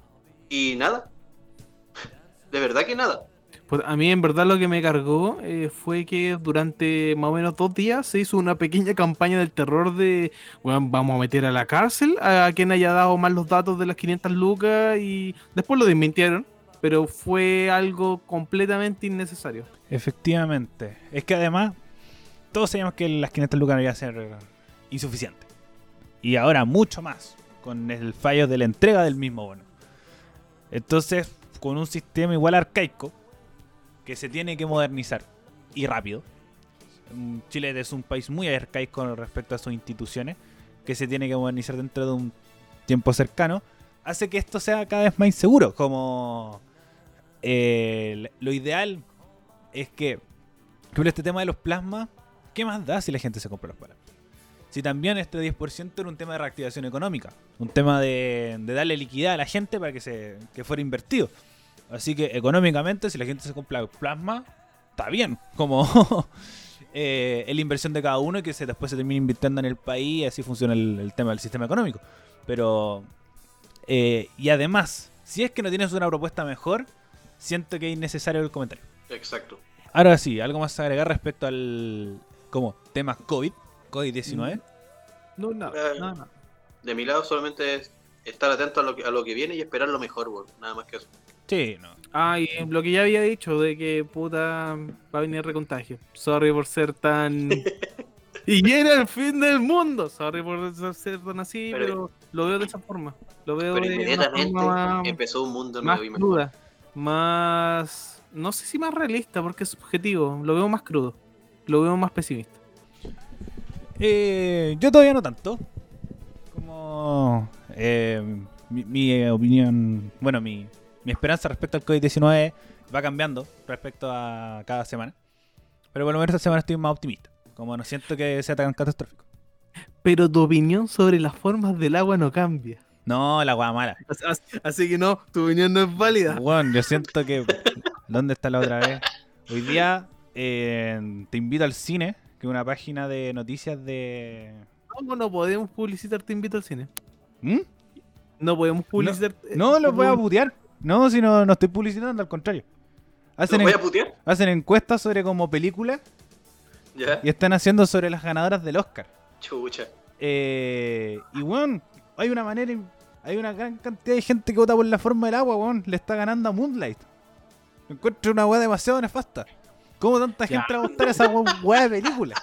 Y nada. De verdad que nada. Pues a mí en verdad lo que me cargó eh, fue que durante más o menos dos días se hizo una pequeña campaña del terror de, bueno, vamos a meter a la cárcel a quien haya dado mal los datos de las quinientas lucas y después lo desmintieron, pero fue algo completamente innecesario. Efectivamente. Es que además, todos sabíamos que las quinientas lucas no iban a ser insuficientes. Y ahora mucho más, con el fallo de la entrega del mismo bono. Entonces, con un sistema igual arcaico, que se tiene que modernizar, y rápido. Mm, Chile es un país muy arcaico con respecto a sus instituciones, que se tiene que modernizar dentro de un tiempo cercano, hace que esto sea cada vez más inseguro. Como eh, lo ideal es que, por ejemplo, este tema de los plasmas, ¿qué más da si la gente se compra los plasmas? Si también este diez por ciento era un tema de reactivación económica, un tema de, de darle liquidez a la gente para que se que fuera invertido. Así que económicamente, si la gente se compra plasma, está bien, como eh, es la inversión de cada uno y que se, después se termine invirtiendo en el país y así funciona el, el tema del sistema económico. Pero, eh, y además, si es que no tienes una propuesta mejor, siento que es innecesario el comentario. Exacto. Ahora sí, algo más a agregar respecto al como tema COVID, COVID diecinueve. No, nada, Eh, nada, nada. De mi lado solamente es estar atento a lo que, a lo que viene y esperar lo mejor, weón. Nada más que eso. Sí, no. Ah, y lo que ya había dicho de que puta va a venir recontagio. Sorry por ser tan... y era el fin del mundo. Sorry por ser tan así, pero, Pero- lo veo de esa forma. Lo veo Pero de una inmediatamente forma más, empezó un mundo más nuevo y mejor. cruda. Más... No sé si más realista porque es subjetivo. Lo veo más crudo. Lo veo más pesimista. Eh, yo todavía no tanto. Como eh, mi, mi, eh, opinión, bueno, mi, mi esperanza respecto al COVID diecinueve va cambiando respecto a cada semana. Pero por lo menos esta semana estoy más optimista. Como no siento que sea tan catastrófico. Pero tu opinión sobre las formas del agua no cambia. No, la hueá mala. Así, así que no, tu opinión no es válida. Bueno, yo siento que... ¿Dónde está la otra vez? Hoy día eh, te invito al cine, que es una página de noticias de... No, no podemos publicitar, te invito al cine. ¿Mm? No podemos publicitar. No, los voy a putear. No, si no, no estoy publicitando, al contrario. Hacen, ¿Los voy en- a putear? hacen encuestas sobre como películas Ya. y están haciendo sobre las ganadoras del Oscar. Chucha. Eh, y bueno, hay una manera, hay una gran cantidad de gente que vota por la forma del agua, weón. Le está ganando a Moonlight. Encuentro una weá demasiado nefasta. ¿Cómo tanta Ya. gente va a votar esa weá de película?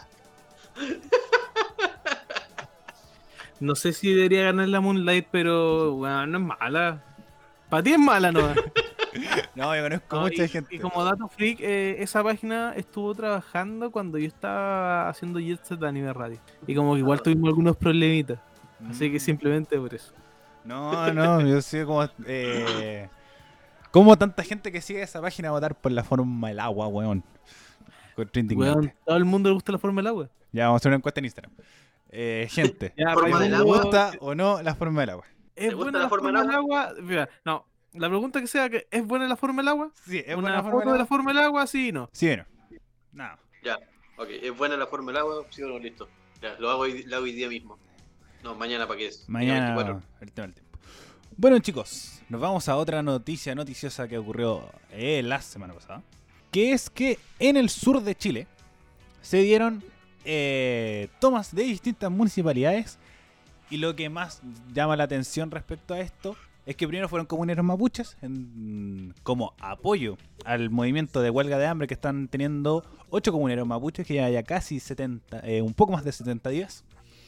No sé si debería ganar la Moonlight, pero bueno, no es mala. Para ti es mala, ¿no? No, yo conozco No, mucha y, gente. y como dato freak, eh, esa página estuvo trabajando cuando yo estaba haciendo Jet Set de Anime Radio. Y como que igual tuvimos algunos problemitas. Así que Mm. simplemente por eso. No, no, yo sé como... Eh, ¿Cómo tanta gente que sigue esa página va a votar por la forma del agua, weón? Encuentro indignante. Weón, todo el mundo le gusta la forma del agua. Ya, vamos a hacer una encuesta en Instagram. Eh, gente, Ya, Forma pero del ¿les agua. gusta o no la forma del agua? ¿Es ¿Te gusta buena la la forma forma del del agua? Mira, no. La pregunta que sea que ¿es buena la forma del agua? Sí, ¿es ¿Una buena la foto forma del de la agua? forma del agua? Sí y no. Sí o no. No. Ya, ok. ¿Es buena la forma del agua? Sí o no, listo. Ya, lo hago hoy, lo hago hoy día mismo. No, mañana para qué es. Día Mañana veinticuatro. el tema del tiempo. Bueno, chicos, nos vamos a otra noticia noticiosa que ocurrió eh, la semana pasada. Que es que en el sur de Chile se dieron eh, tomas de distintas municipalidades. Y lo que más llama la atención respecto a esto es que primero fueron comuneros mapuches en- como apoyo al movimiento de huelga de hambre que están teniendo ocho comuneros mapuches que ya ya casi setenta, eh, un poco más de setenta días.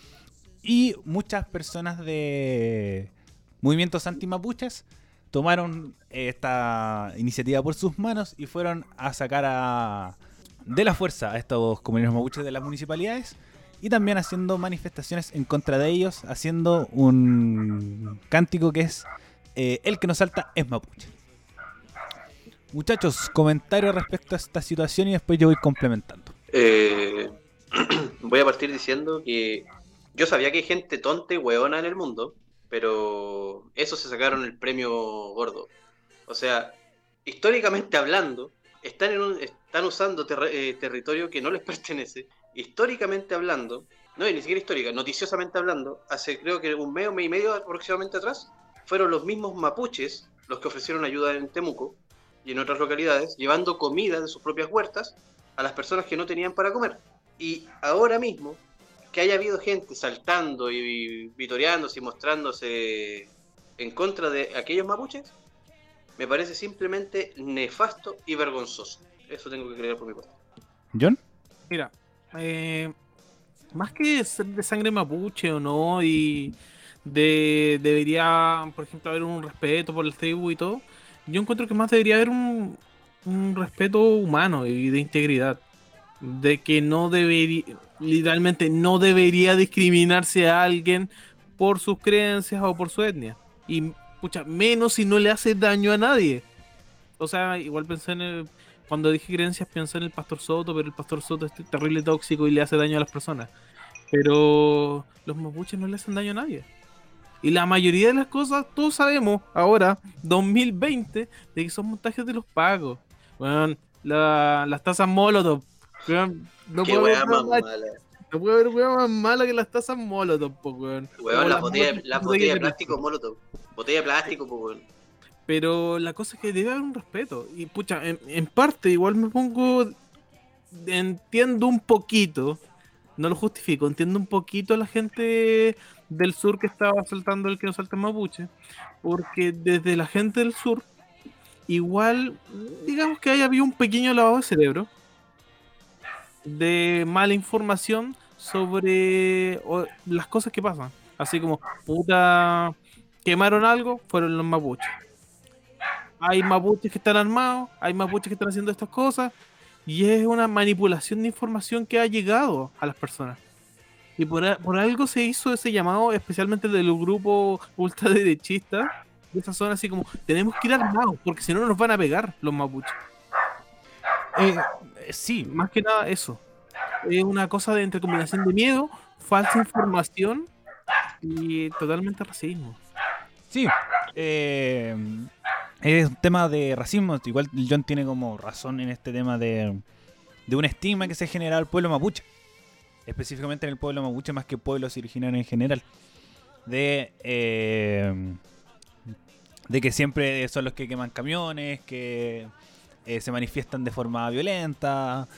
Y muchas personas de movimientos anti-mapuches tomaron eh, esta iniciativa por sus manos y fueron a sacar a, de la fuerza a estos comuneros mapuches de las municipalidades y también haciendo manifestaciones en contra de ellos, haciendo un cántico que es eh, el que nos salta es mapuche. Muchachos, comentarios respecto a esta situación y después yo voy complementando. Eh, voy a partir diciendo que yo sabía que hay gente tonta y hueona en el mundo, pero esos se sacaron el premio gordo. O sea, históricamente hablando, están, en un, están usando ter- eh, territorio que no les pertenece. Históricamente hablando, no, y ni siquiera histórica, noticiosamente hablando, hace creo que un mes, un mes y medio aproximadamente atrás, fueron los mismos mapuches los que ofrecieron ayuda en Temuco y en otras localidades, llevando comida de sus propias huertas a las personas que no tenían para comer. Y ahora mismo, que haya habido gente saltando y vitoreándose y mostrándose en contra de aquellos mapuches, me parece simplemente nefasto y vergonzoso. Eso tengo que creer por mi parte. ¿John? Mira, eh, más que ser de sangre mapuche o no, y de debería, por ejemplo, haber un respeto por la tribu y todo, yo encuentro que más debería haber un, un respeto humano y de integridad. De que no debería, literalmente no debería discriminarse a alguien por sus creencias o por su etnia. Y, pucha, menos si no le hace daño a nadie. O sea, igual pensé en el, cuando dije creencias pensé en el Pastor Soto, pero el Pastor Soto es terrible tóxico y le hace daño a las personas. Pero los mapuches no le hacen daño a nadie. Y la mayoría de las cosas, todos sabemos, ahora, dos mil veinte, de que son montajes de los pagos. Bueno, la- las tazas Molotov. Weón, no Qué puedo weá haber más weá más- mala. no puede haber weá más mala que las tazas Molotov, po, weón. Weón, O la las botella, Molotov la con botella de de plástico Molotov. Botella de plástico, pues, weón. Pero la cosa es que debe haber un respeto. Y pucha, en, en parte igual me pongo... Entiendo un poquito, no lo justifico, entiendo un poquito a la gente del sur que estaba saltando el que no salta en mapuche. Porque desde la gente del sur, igual, digamos que haya habido un pequeño lavado de cerebro. De mala información sobre o, las cosas que pasan. Así como, puta, quemaron algo, fueron los mapuches. Hay mapuches que están armados, hay mapuches que están haciendo estas cosas, y es una manipulación de información que ha llegado a las personas. Y por, a- por algo se hizo ese llamado, especialmente del grupo ultraderechista de esa zona, así como, tenemos que ir armados, porque si no nos van a pegar los mapuches. Eh, eh, sí, Más que nada eso. Es una cosa de entre combinación de miedo, falsa información y totalmente racismo. sí. Eh, es un tema de racismo. Igual John tiene como razón en este tema de, de un estigma que se genera al pueblo mapuche. Específicamente en el pueblo mapuche más que pueblos originarios en general. De, eh, de que siempre son los que queman camiones, que eh, se manifiestan de forma violenta.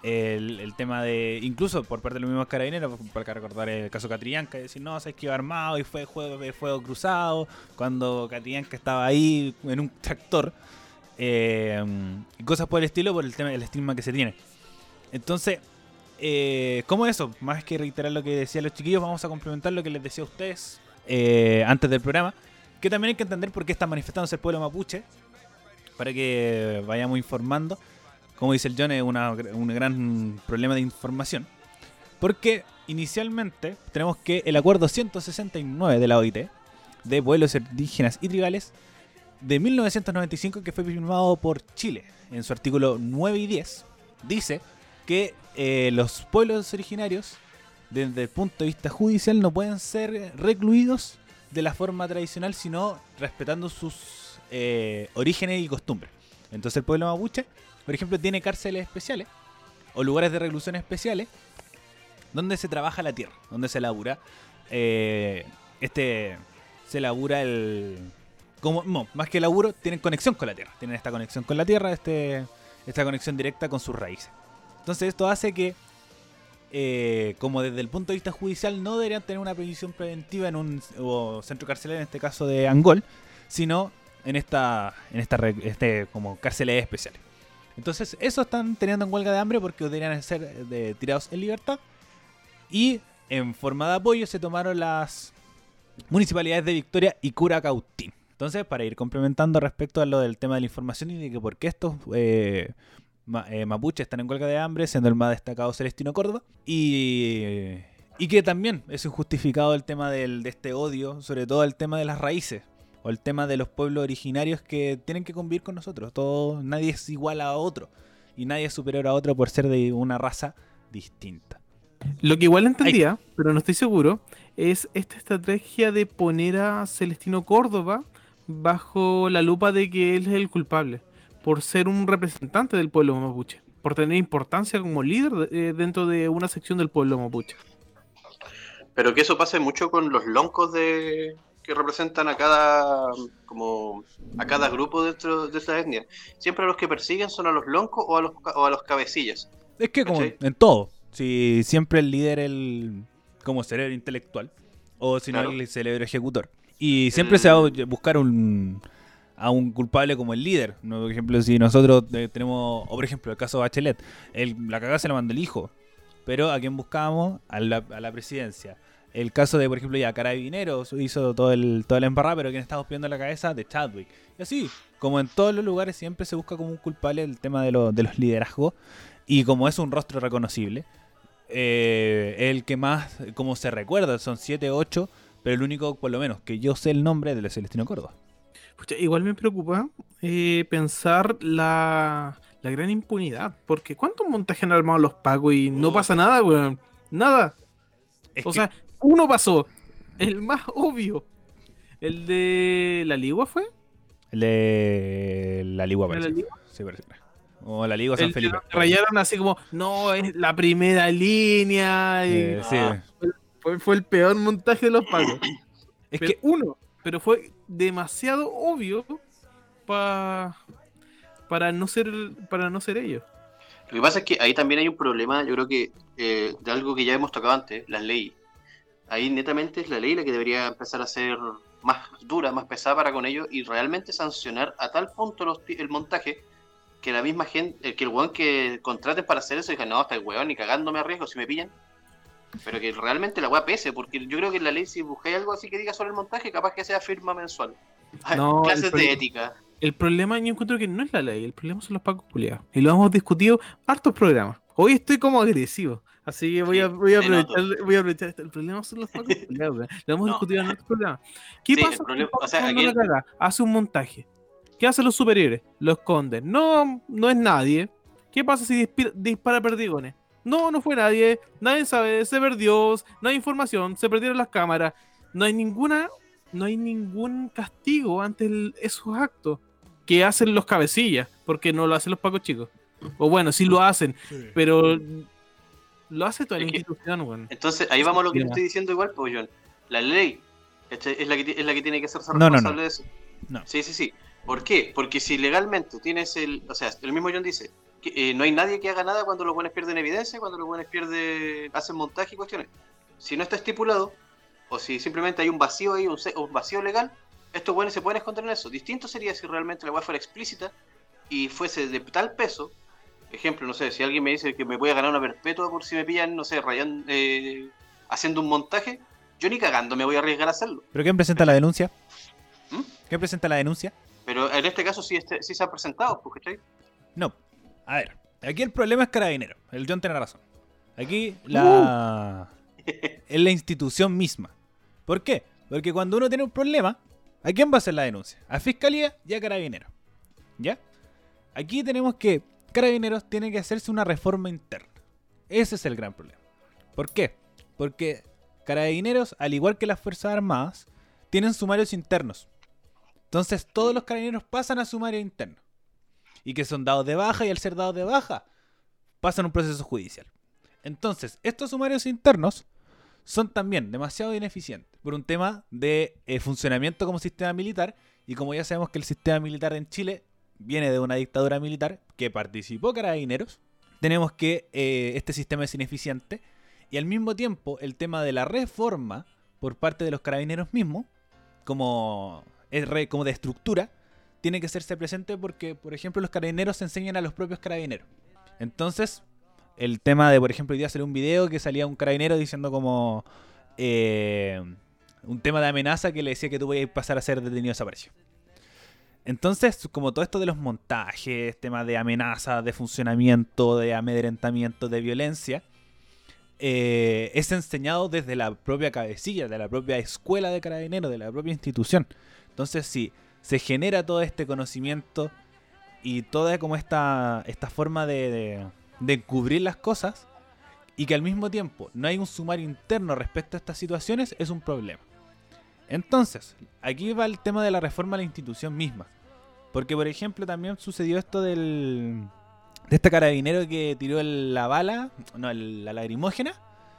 el, el tema de, incluso por parte de los mismos carabineros, para recordar el caso Catrillanca, decir, no, sabes que iba armado y fue juego de fuego cruzado, cuando Catrillanca estaba ahí en un tractor, eh, y cosas por el estilo, por el tema del estigma que se tiene. Entonces, eh, ¿cómo eso? Más que reiterar lo que decían los chiquillos, vamos a complementar lo que les decía a ustedes eh, antes del programa, que también hay que entender por qué está manifestándose el pueblo mapuche, para que vayamos informando. Como dice el John, es una, un gran problema de información. Porque inicialmente tenemos que el acuerdo ciento sesenta y nueve de la O I T, de pueblos indígenas y tribales, de mil novecientos noventa y cinco, que fue firmado por Chile, en su artículo nueve y diez, dice que eh, los pueblos originarios, desde el punto de vista judicial, no pueden ser recluidos de la forma tradicional, sino respetando sus eh, orígenes y costumbres. Entonces el pueblo mapuche, por ejemplo, tiene cárceles especiales o lugares de reclusión especiales donde se trabaja la tierra, donde se labura eh, este se labura el como no, más que laburo, tienen conexión con la tierra, tienen esta conexión con la tierra, este esta conexión directa con sus raíces. Entonces esto hace que eh, como desde el punto de vista judicial no deberían tener una previsión preventiva en un o centro carcelario, en este caso de Angol, sino en esta en esta este como cárceles especiales. Entonces, eso están teniendo en huelga de hambre porque deberían ser de, tirados en libertad. Y en forma de apoyo se tomaron las municipalidades de Victoria y Curacautín. Entonces, para ir complementando respecto a lo del tema de la información y de que por qué estos eh, ma, eh, mapuches están en huelga de hambre, siendo el más destacado Celestino Córdoba. Y, y que también es injustificado el tema del, de este odio, sobre todo el tema de las raíces. O el tema de los pueblos originarios que tienen que convivir con nosotros. Todo, nadie es igual a otro. Y nadie es superior a otro por ser de una raza distinta. Lo que igual entendía, Ay. pero no estoy seguro, es esta estrategia de poner a Celestino Córdoba bajo la lupa de que él es el culpable. Por ser un representante del pueblo mapuche. Por tener importancia como líder eh, dentro de una sección del pueblo mapuche. Pero que eso pase mucho con los loncos de... que representan a cada como a cada grupo dentro de esa etnia. Siempre los que persiguen son a los loncos o a los o a los cabecillas. Es que como ¿cachai? En todo, si siempre el líder el como cerebro intelectual o si no claro. el cerebro ejecutor. Y siempre el... se va a buscar un a un culpable como el líder, ¿no? Por ejemplo, si nosotros eh, tenemos, o por ejemplo el caso de Bachelet, el, la cagada se la mandó el hijo, pero ¿a quién buscábamos? A la, a la presidencia. El caso de, por ejemplo, ya Carabineros hizo todo el toda la embarrada, pero quien estaba pidiendo la cabeza de Chadwick. Y así, como en todos los lugares, siempre se busca como un culpable el tema de, lo, de los liderazgos. Y como es un rostro reconocible, eh, el que más, como se recuerda, son siete, ocho, pero el único, por lo menos, que yo sé el nombre de Celestino Córdoba. Pucha, igual me preocupa eh, pensar la, la gran impunidad. Porque ¿cuántos montajes han armado los pacos y no pasa nada, weón? Nada. Es o que... sea... Uno pasó, el más obvio, el de la Ligua fue. El de la Ligua parece. ¿La Ligua? Sí, parece. O la Ligua San el Felipe. Rayaron así como, no, es la primera línea. Y, eh, sí. ah, fue, fue el peor montaje de los pagos. Es pero que uno, pero fue demasiado obvio pa, para no ser para no ser ellos. Lo que pasa es que ahí también hay un problema, yo creo que eh, de algo que ya hemos tocado antes, las leyes. Ahí netamente es la ley la que debería empezar a ser más dura, más pesada para con ellos y realmente sancionar a tal punto los, el montaje que la misma gente, que el weón que contraten para hacer eso diga, no, hasta el weón ni cagándome a riesgo si me pillan. Pero que realmente la weá pese, porque yo creo que en la ley si buscáis algo así que diga sobre el montaje, capaz que sea firma mensual. No, clases de ética. El problema yo encuentro que no es la ley, el problema son los pacos culiados. Y lo hemos discutido hartos programas. Hoy estoy como agresivo. Así que voy a, voy a aprovechar, voy a aprovechar esto. El problema son los pacos culiados, lo hemos no. discutido en otros programas. ¿Qué sí, pasa problema, o sea, aquí el... hace un montaje? ¿Qué hacen los superiores? Lo esconden. No, no es nadie. ¿Qué pasa si dispara, dispara perdigones? No, no fue nadie. Nadie sabe, se perdió, no hay información, se perdieron las cámaras. No hay ninguna, no hay ningún castigo ante el, esos actos que hacen los cabecillas, porque no lo hacen los pacos chicos. O bueno, sí lo hacen, sí. pero lo hace toda la institución, bueno. Entonces, ahí vamos a lo que te estoy diciendo igual, pues, John. La ley es la que, es la que tiene que hacerse responsable no, no, no. de eso. No. Sí, sí, sí. ¿Por qué? Porque si legalmente tienes el... O sea, el mismo John dice, que, eh, no hay nadie que haga nada cuando los buenos pierden evidencia, cuando los buenos pierden, hacen montaje y cuestiones. Si no está estipulado, o si simplemente hay un vacío ahí, un, un vacío legal, estos buenos se pueden esconder en eso. Distinto sería si realmente la weá fuera explícita y fuese de tal peso. Ejemplo, no sé, si alguien me dice que me voy a ganar una perpetua por si me pillan, no sé, rayando, eh, haciendo un montaje, yo ni cagando me voy a arriesgar a hacerlo. ¿Pero quién presenta la denuncia? ¿Mm? ¿Quién presenta la denuncia? Pero en este caso sí, este, sí se han presentado, ¿cachai? No. A ver, aquí el problema es Carabineros. El John tiene razón. Aquí la... Uh. es la institución misma. ¿Por qué? Porque cuando uno tiene un problema, ¿a quién va a hacer la denuncia? A Fiscalía y a Carabineros. ¿Ya? Aquí tenemos que Carabineros tiene que hacerse una reforma interna. Ese es el gran problema. ¿Por qué? Porque Carabineros, al igual que las Fuerzas Armadas, tienen sumarios internos. Entonces todos los carabineros pasan a sumario interno. Y que son dados de baja, y al ser dados de baja, pasan un proceso judicial. Entonces, estos sumarios internos son también demasiado ineficientes por un tema de eh, funcionamiento como sistema militar. Y como ya sabemos que el sistema militar en Chile viene de una dictadura militar que participó Carabineros, tenemos que eh, este sistema es ineficiente. Y al mismo tiempo, el tema de la reforma por parte de los carabineros mismos, como, como de estructura, tiene que hacerse presente porque, por ejemplo, los carabineros se enseñan a los propios carabineros. Entonces, el tema de, por ejemplo, hoy día salió un video que salía un carabinero diciendo como eh, un tema de amenaza que le decía que tú podías pasar a ser detenido desaparecido. Entonces, como todo esto de los montajes, temas de amenaza, de funcionamiento, de amedrentamiento, de violencia, eh, es enseñado desde la propia cabecilla, de la propia escuela de carabineros, de la propia institución. Entonces, si se genera todo este conocimiento y toda como esta, esta forma de, de, de encubrir las cosas, y que al mismo tiempo no hay un sumario interno respecto a estas situaciones, es un problema. Entonces, aquí va el tema de la reforma a la institución misma. Porque, por ejemplo, también sucedió esto del de este carabinero que tiró el, la bala, no, el, la lagrimógena,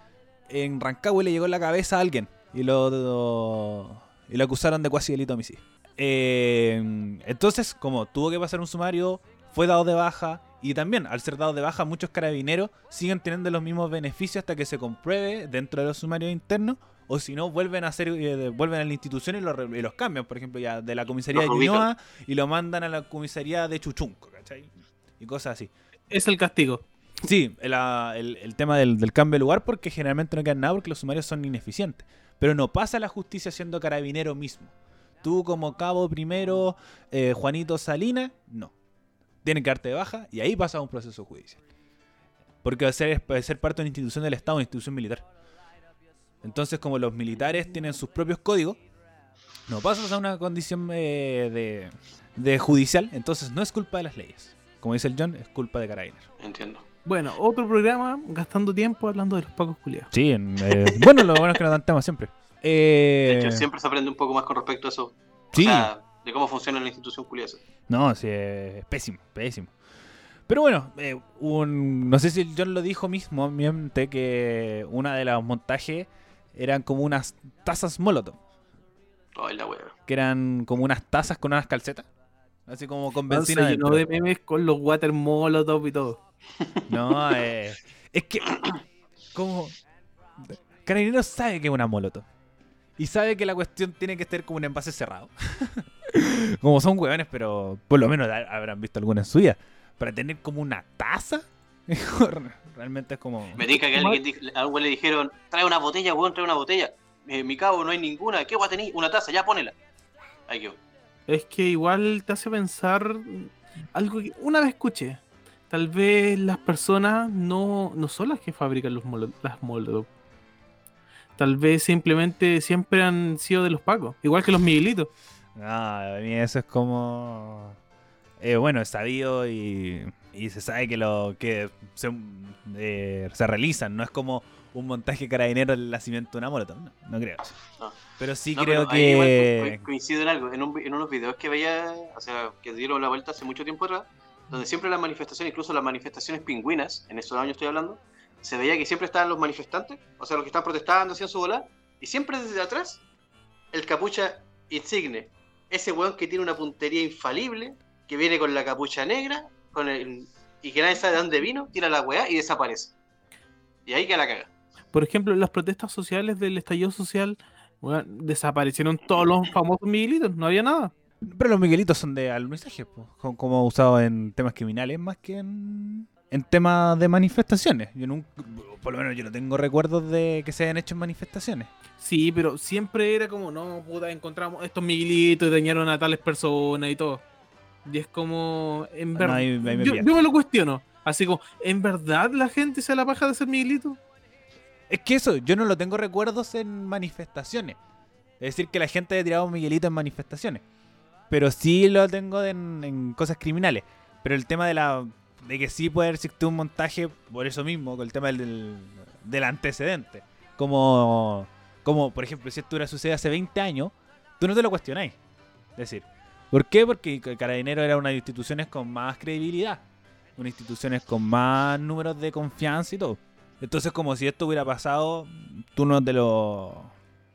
en Rancagua y le llegó en la cabeza a alguien. Y lo, lo, y lo acusaron de cuasi delito de homicidio. Eh, entonces, como tuvo que pasar un sumario, fue dado de baja. Y también, al ser dado de baja, muchos carabineros siguen teniendo los mismos beneficios hasta que se compruebe dentro de los sumarios internos. O si no, vuelven a hacer, eh, vuelven a la institución y los, y los cambian. Por ejemplo, ya de la comisaría de Ñuñoa y lo mandan a la comisaría de Chuchunco, ¿cachai? Y cosas así. Es el castigo. Sí, el, el, el tema del, del cambio de lugar, porque generalmente no quedan nada porque los sumarios son ineficientes. Pero no pasa la justicia siendo carabinero mismo. Tú como cabo primero, eh, Juanito Salinas, no. Tienen que darte de baja y ahí pasa un proceso judicial. Porque va a ser, va a ser parte de una institución del Estado, una institución militar. Entonces, como los militares tienen sus propios códigos, no pasas a una condición eh, de, de judicial, entonces no es culpa de las leyes. Como dice el John, es culpa de Carabineros. Entiendo. Bueno, otro programa gastando tiempo hablando de los pacos culiados. Sí, eh, bueno, lo bueno es que nos dan temas siempre. Eh, de hecho, siempre se aprende un poco más con respecto a eso. O sí. sea, de cómo funciona la institución culiada. No, sí, es pésimo, pésimo. Pero bueno, eh, un, no sé si el John lo dijo mismo, miente, que una de los montajes eran como unas tazas Molotov. Ay, la wea. Que eran como unas tazas con unas calcetas. Así como con No, benzina se llenó dentro. de memes con los water molotov y todo. No, eh, es que como Carabineros sabe que es una Molotov. Y sabe que la cuestión tiene que ser como un envase cerrado. Como son hueones, pero por lo menos habrán visto alguna en su vida. Para tener como una taza, realmente es como... Me diga que alguien di- a alguien le dijeron, trae una botella, weón, trae una botella. Eh, mi cabo, no hay ninguna. ¿Qué guay tenés? Una taza, ya ponela. Ahí quedó. Es que igual te hace pensar algo que una vez escuché. Tal vez las personas no, no son las que fabrican los molo- las molotov. Tal vez simplemente siempre han sido de los pacos. Igual que los miguelitos. No, a mí eso es como... Eh, bueno, es sabido y, y se sabe que lo que se, eh, se realizan. No es como un montaje carabinero del nacimiento de una Molotov. No, no creo. No. Pero sí No, creo pero ahí igual que... co- coincido en algo. En, un, en unos videos que veía, o sea, que dieron la vuelta hace mucho tiempo atrás, donde siempre las manifestaciones, incluso las manifestaciones pingüinas, en esos años estoy hablando, se veía que siempre estaban los manifestantes, o sea, los que estaban protestando, hacían su bola, y siempre desde atrás, el capucha insigne. Ese weón que tiene una puntería infalible, que viene con la capucha negra, con el y que nadie sabe de dónde vino, tira la weá y desaparece. Y ahí queda la caga. Por ejemplo, las protestas sociales del estallido social, weón, desaparecieron todos los famosos Miguelitos, no había nada. Pero los Miguelitos son de alunizaje, pues, son como usados en temas criminales más que en, en temas de manifestaciones. Yo nunca, por lo menos yo no tengo recuerdos de que se hayan hecho en manifestaciones. Sí, pero siempre era como, no, puta, encontramos estos Miguelitos y dañaron a tales personas y todo. Y es como, en No, verdad, ahí- ahí me yo, pillaste. yo me lo cuestiono. Así como, ¿en verdad la gente se la paja de ser Miguelito? Es que eso, yo no lo tengo recuerdos en manifestaciones. Es decir, que la gente haya tirado un Miguelito en manifestaciones. Pero sí lo tengo en, en cosas criminales. Pero el tema de la de que sí puede existir un montaje por eso mismo, con el tema del, del, del antecedente. Como, como, por ejemplo, si esto hubiera sucedido hace veinte años, tú no te lo cuestionáis. Es decir, ¿por qué? Porque Carabineros era una de las instituciones con más credibilidad. Una instituciones con más números de confianza y todo. Entonces, como si esto hubiera pasado, tú no te lo...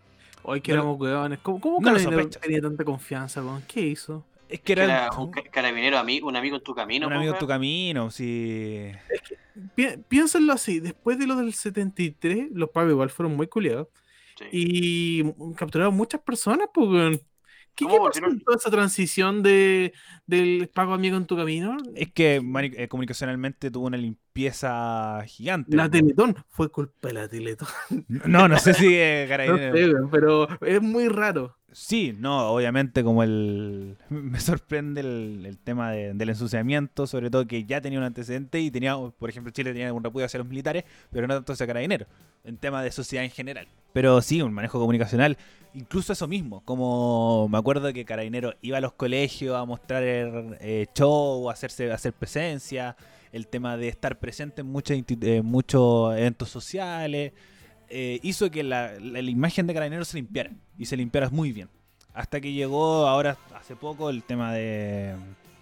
Hoy que No lo- éramos hueones. ¿Cómo, cómo no lo Carabinero sospechas. tenía tanta confianza, weón? ¿Qué hizo? Es que Que era, era el- un ca- carabinero, ami- un amigo en tu camino. un po, amigo en tu weón. camino, si... Pi- piénsenlo así, después de lo del setenta y tres, los pagos igual fueron muy culiados. Sí. Y m- capturaron muchas personas, pues, weón. ¿Qué, ¿Cómo qué pasó volvieron? en toda esa transición de, del pago amigo en tu camino? Es que mani- eh, comunicacionalmente tuvo una limpieza gigante. La po. Teletón, fue culpa de la Teletón. No, no sé si eh, No Carabineros... sé, weón, pero es muy raro. Sí, no, obviamente como el... Me sorprende el, el tema de- del ensuciamiento, sobre todo que ya tenía un antecedente y tenía, por ejemplo, Chile tenía un repudio hacia los militares, pero no tanto hacia Carabineros, en tema de sociedad en general. Pero sí, un manejo comunicacional, incluso eso mismo, como me acuerdo que Carabineros iba a los colegios a mostrar eh, show, a hacerse, a hacer presencia, el tema de estar presente en muchos, insti- eh, muchos eventos sociales... Eh, hizo que la, la, la imagen de Carabineros se limpiara y se limpiara muy bien hasta que llegó ahora hace poco el tema de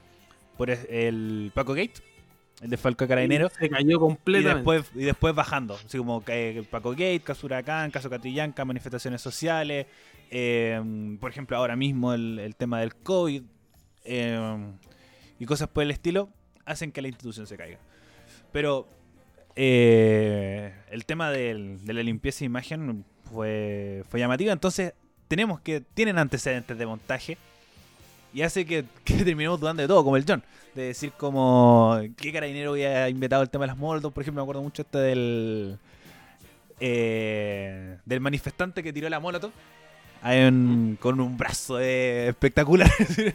por es- el Paco Gate, el de Falco Carabinero, Se cayó y completamente. después y después bajando, así como que el Paco Gate, caso Huracán, caso Catrillanca, manifestaciones sociales, eh, por ejemplo ahora mismo el, el tema del COVID, eh, y cosas por el estilo hacen que la institución se caiga. Pero eh, el tema del- de la limpieza de imagen fue, fue llamativa. Entonces tenemos que tienen antecedentes de montaje y hace que, que terminemos dudando de todo, como el John, de decir como qué carabinero había inventado el tema de las molotov. Por ejemplo, me acuerdo mucho este del eh, del manifestante que tiró la molotov. Hay un- con un brazo eh, espectacular.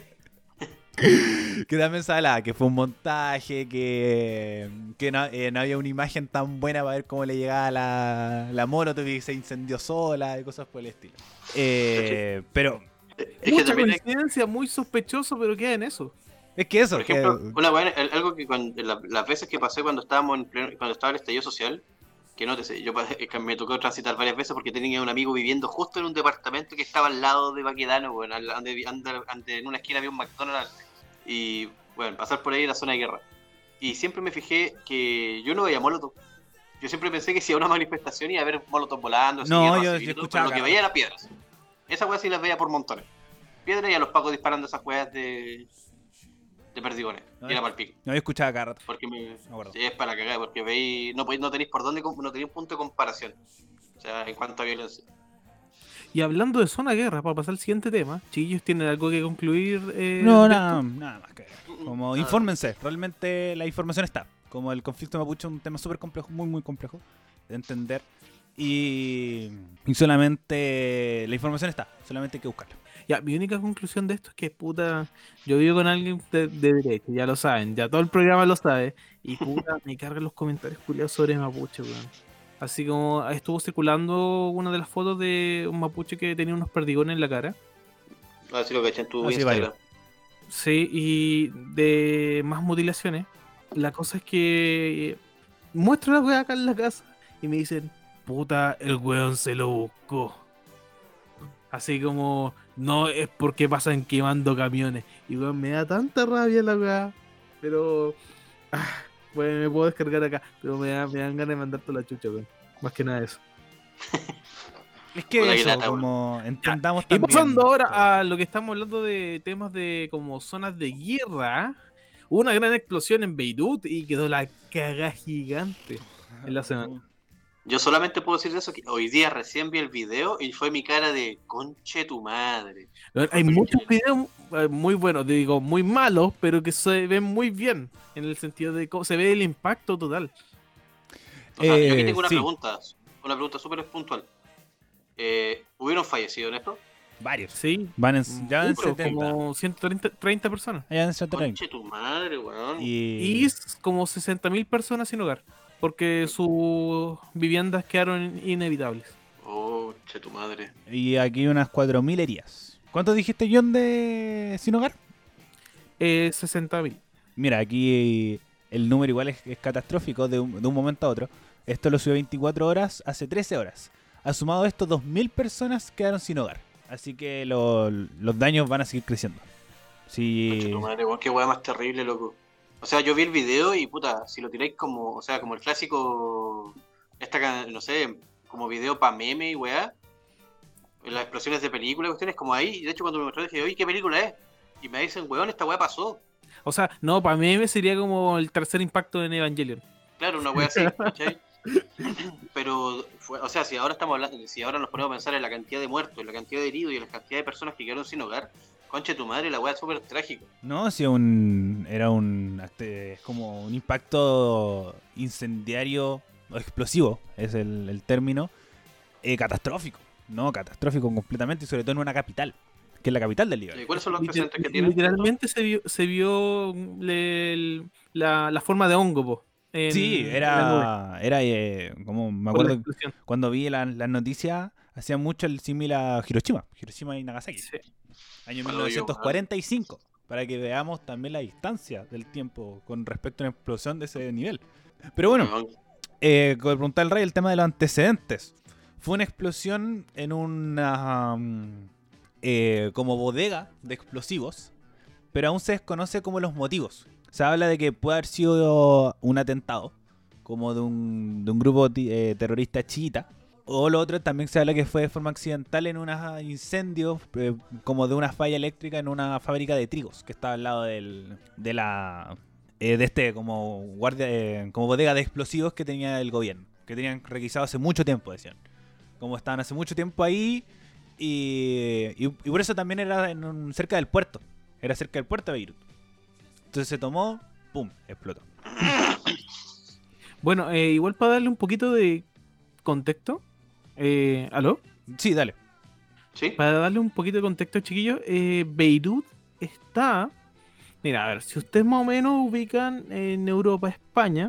Que también se hablaba que fue un montaje, que, que no, eh, no había una imagen tan buena para ver cómo le llegaba la, la molotov y se incendió sola y cosas por el estilo. Eh, pero Es que Mucha también hay- coincidencia, muy sospechoso, pero queda en eso. es que eso, por ejemplo, que, una buena, el- algo que cuando, la- las veces que pasé cuando estábamos en pleno- cuando estaba el estallido social, que no te sé, yo pa- es que me tocó transitar varias veces porque tenía un amigo viviendo justo en un departamento que estaba al lado de Baquedano, bueno, al- donde, vi- anda- ante- en una esquina había un McDonald's y bueno, pasar por ahí era zona de guerra. Y siempre me fijé que yo no veía molotov. Yo siempre pensé que si a una manifestación iba a haber molotov volando, así, No, guerra yo- civil yo y todo, escuchaba pero lo que cada veía era piedras. Esas weas sí las veía por montones. Piedras y a los pacos disparando esas weas de, de perdigones. No, Y era para el pico. no había escuchado cada rato. Porque me, acuerdo. sí, es para cagar, porque veis, no, podéis- no tenéis por dónde, com- no tenéis un punto de comparación. O sea, en cuanto a violencia. Y hablando de zona de guerra, para pasar al siguiente tema, chiquillos, ¿tienen algo que concluir? Eh, No, de nada, esto? nada más que como Nada. infórmense, realmente la información está. Como el conflicto mapuche es un tema súper complejo, muy muy complejo de entender. Y, y solamente la información está, solamente hay que buscarla. Ya, mi única conclusión de esto es que, puta, yo vivo con alguien de, de derecha, ya lo saben, ya todo el programa lo sabe, y puta, me cargan los comentarios culiados sobre mapuche, weón. Así como estuvo circulando una de las fotos de un mapuche que tenía unos perdigones en la cara. A ver si lo caché en tu Ah, sí, Instagram. varios. Sí, y de más mutilaciones. La cosa es que muestro la weá acá en la casa y me dicen, puta, el weón se lo buscó. Así como, no es porque pasan quemando camiones. Y weón, me da tanta rabia la weá. Pero, ah, bueno, me puedo descargar acá. Pero me, da, me dan ganas de mandarte la chucha, weón. Más que nada eso. Es que Puta que eso, lata, como entendamos Y también. pasando ahora a lo que estamos hablando de temas de como zonas de guerra. Hubo una gran explosión en Beirut y quedó la caga gigante en la semana. Yo solamente puedo decir eso, que hoy día recién vi el video y fue mi cara de conche tu madre. Hay muchos videos eh, muy buenos, digo, muy malos, pero que se ven muy bien, en el sentido de cómo se ve el impacto total. O sea, yo aquí Eh, tengo una sí. pregunta, una pregunta súper puntual. Eh, ¿Hubieron fallecido en esto? Varios. Sí, Van en, ya van en muchos, setenta. como ciento treinta personas. Ya van en setenta. Conche tu madre, weón. Y Y, es como sesenta mil personas sin hogar, porque sus viviendas quedaron inevitables. Oh, che tu madre. y aquí unas cuatro mil heridas. ¿Cuánto dijiste, John, de sin hogar? Eh, sesenta mil. Mira, aquí el número igual es, es catastrófico de un, de un momento a otro. Esto lo subió veinticuatro horas, hace trece horas. Ha sumado esto, dos mil personas quedaron sin hogar. Así que lo- los daños van a seguir creciendo. Conche Sí, tu madre, weón, qué weá más terrible, loco. O sea, yo vi el video y puta, si lo tiráis como, o sea, como el clásico, esta, ca- no sé, como video pa' meme y weá, las explosiones de película, cuestiones como ahí, y de hecho cuando me mostraron dije, oye, ¿qué película es? Y me dicen, weón, esta weá pasó. O sea, no, para mí sería como el tercer impacto en Evangelion. Claro, una weá así, ¿cachai? Pero, fue, o sea, si ahora estamos hablando, si ahora nos ponemos a pensar en la cantidad de muertos, en la cantidad de heridos y en la cantidad de personas que quedaron sin hogar, conche tu madre, la weá es súper trágica. no, sí, un, era un, este, es como un impacto incendiario o explosivo, es el, el término, eh, catastrófico, no, catastrófico completamente y sobre todo en una capital, que es la capital del ¿Y Líbano. cuáles son los Liter- antecedentes que tienen? literalmente se vio, se vio le- el- la, la forma de hongo, po, en- Sí, en la nube, era, era eh, como me por la acuerdo explosión. cuando vi la- las noticias, hacían mucho el símil a Hiroshima, Hiroshima y Nagasaki, Sí. año Oye, mil novecientos cuarenta y cinco, para que veamos también la distancia del tiempo con respecto a una explosión de ese nivel. Pero bueno, Weón, eh, como preguntaba el Rey, el tema de los antecedentes. Fue una explosión en una um, eh, como bodega de explosivos, pero aún se desconoce como los motivos. Se habla de que puede haber sido un atentado, como de un, de un grupo ti- eh, terrorista chiita. O lo otro también se habla que fue de forma accidental en un incendio, eh, como de una falla eléctrica en una fábrica de trigos, que estaba al lado del, de la eh, de este como guardia, eh, como bodega de explosivos que tenía el gobierno, que tenían requisado hace mucho tiempo, decían. Como estaban hace mucho tiempo ahí y, y, y por eso también era en un- cerca del puerto, era cerca del puerto de Beirut. Entonces se tomó, pum, explotó. Bueno, eh, igual para darle un poquito de contexto, eh, ¿aló? Sí, dale. ¿Sí? Para darle un poquito de contexto, chiquillos, eh, Beirut está... Mira, a ver, si ustedes más o menos ubican en Europa, España,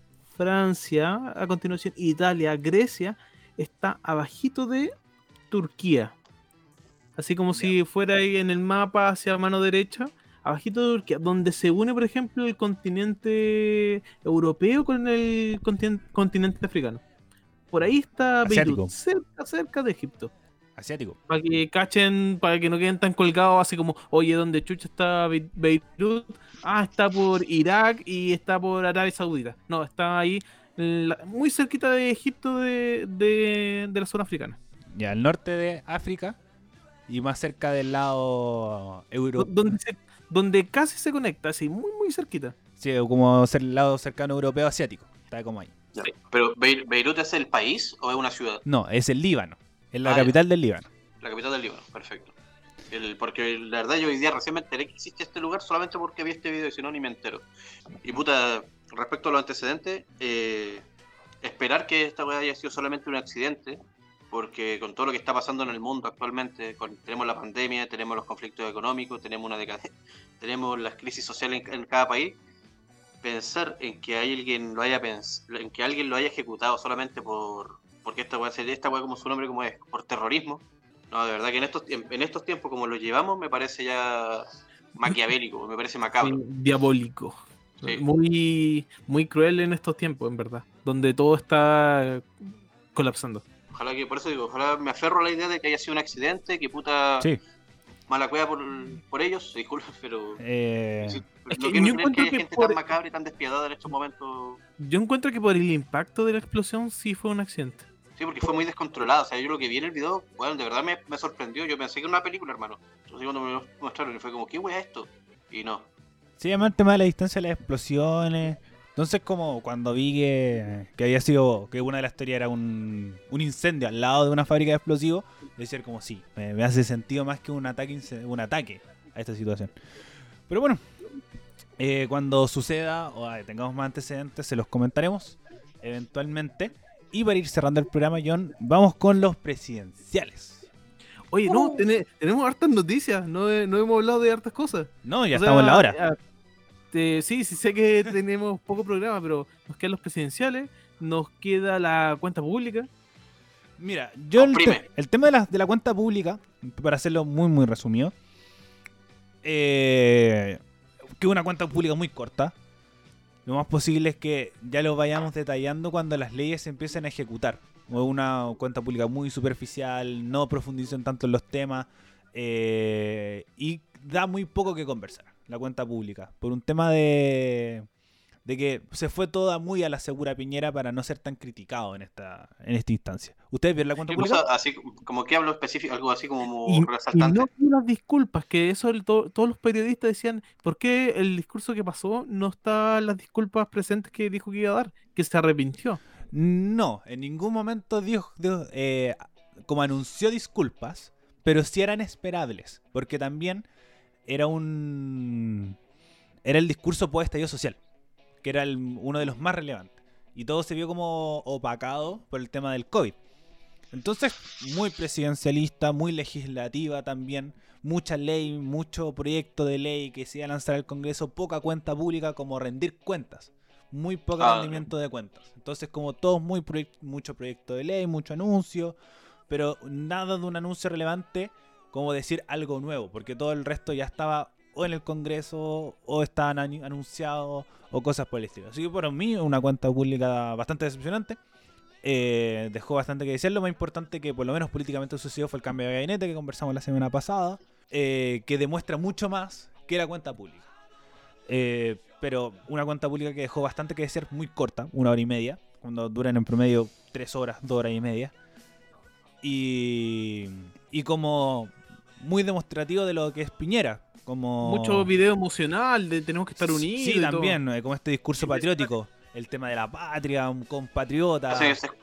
Francia, a continuación Italia, Grecia, está abajito de Turquía. Así como si fuera ahí en el mapa hacia mano derecha, abajito de Turquía, donde se une, por ejemplo, el continente europeo con el continen- continente africano. Por ahí está Asiático. Beirut, cerca, cerca de Egipto. Asiático. Para que cachen, para que no queden tan colgados, así como, oye, ¿dónde chucha está Be- Beirut? Ah, está por Irak y está por Arabia Saudita. No, está ahí, en la- muy cerquita de Egipto, de, de, de la zona africana. Ya, al norte de África y más cerca del lado Do- europeo. Donde, se- donde casi se conecta, así, muy, muy cerquita. Sí, como ser el lado cercano europeo asiático. Está como ahí. Ya. Pero, ¿Beir- ¿Beirut es el país o es una ciudad? No, es el Líbano. Es la Ah, ya. capital del Líbano. La capital del Líbano, perfecto. El, porque la verdad yo hoy día recién me enteré que existe este lugar solamente porque vi este video y si no ni me entero. Y puta, respecto a los antecedentes, eh, esperar que esta weá haya sido solamente un accidente, porque con todo lo que está pasando en el mundo actualmente, con- tenemos la pandemia, tenemos los conflictos económicos, tenemos una decadencia, tenemos las crisis sociales en, en cada país, pensar en que alguien lo haya pens en que alguien lo haya ejecutado solamente por porque esta weá sería esta weá como su nombre como es, por terrorismo. No, de verdad que en estos tiemp- en estos tiempos como lo llevamos me parece ya maquiavélico, me parece macabro. Sí, diabólico. Sí. Muy, muy cruel en estos tiempos, en verdad. Donde todo está colapsando. Ojalá que, por eso digo, ojalá me aferro a la idea de que haya sido un accidente, que puta Sí. mala cueva por, por ellos, disculpa, pero Eh, sí, Es lo que que no yo creer que encuentro haya que gente por- tan macabra y tan despiadada en estos momentos. Yo encuentro que por el impacto de la explosión sí fue un accidente. Sí, porque fue muy descontrolado. O sea, yo lo que vi en el video, bueno, de verdad me, me sorprendió. Yo pensé que era una película, hermano. Entonces cuando me lo mostraron, y fue como, ¿qué wea es esto? Y no. Sí, además el tema de la distancia de las explosiones. Entonces, como cuando vi que, que había sido, que una de las teorías era un, un incendio al lado de una fábrica de explosivos, decir como sí, me, me hace sentido más que un ataque, un ataque a esta situación. Pero bueno, eh, cuando suceda o ah, tengamos más antecedentes, se los comentaremos eventualmente. Y para ir cerrando el programa, John, vamos con los presidenciales. Oye, no, ten- tenemos hartas noticias, no, he- no hemos hablado de hartas cosas. No, ya O sea, estamos en la hora. ya, te- sí, sí sé que tenemos poco programa, pero nos quedan los presidenciales, nos queda la cuenta pública. Mira, yo el, Comprime. te- el tema de la, de la cuenta pública, para hacerlo muy muy resumido, eh, que es una cuenta pública muy corta. Lo más posible es que ya lo vayamos detallando cuando las leyes se empiecen a ejecutar. O una cuenta pública muy superficial, no profundizan tanto en los temas eh, y da muy poco que conversar, la cuenta pública. Por un tema de, de que se fue toda muy a la segura Piñera para no ser tan criticado en esta, en esta instancia. ¿Ustedes vieron la cuenta ¿Qué pública? cosa así como que hablo específico, algo así como Y, y resaltante? no quiero las disculpas, que eso el- to- todos los periodistas decían, ¿por qué el discurso que pasó no está las disculpas presentes que dijo que iba a dar? Que se arrepintió. No, en ningún momento dijo, dijo, eh, como anunció disculpas, pero sí eran esperables, porque también era un era el discurso post estallido social, que era el- uno de los más relevantes, y todo se vio como opacado por el tema del COVID. Entonces, muy presidencialista, muy legislativa también, mucha ley, mucho proyecto de ley que se iba a lanzar al Congreso, poca cuenta pública como rendir cuentas, muy poco Ah, rendimiento de cuentas. Entonces, como todos, muy proye- mucho proyecto de ley, mucho anuncio, pero nada de un anuncio relevante como decir algo nuevo, porque todo el resto ya estaba o en el Congreso o estaban anu- anunciados o cosas por el estilo. Así que para mí una cuenta pública bastante decepcionante. Eh, dejó bastante que decir. Lo más importante que por lo menos políticamente sucedió fue el cambio de gabinete que conversamos la semana pasada, eh, que demuestra mucho más que la cuenta pública. Eh, pero una cuenta pública que dejó bastante que decir, muy corta, una hora y media, cuando duran en promedio tres horas, dos horas y media. Y, y como muy demostrativo de lo que es Piñera. Como... Mucho video emocional de tenemos que estar unidos. Sí, y todo. también, eh, como este discurso patriótico, el tema de la patria, un compatriota. Se, se,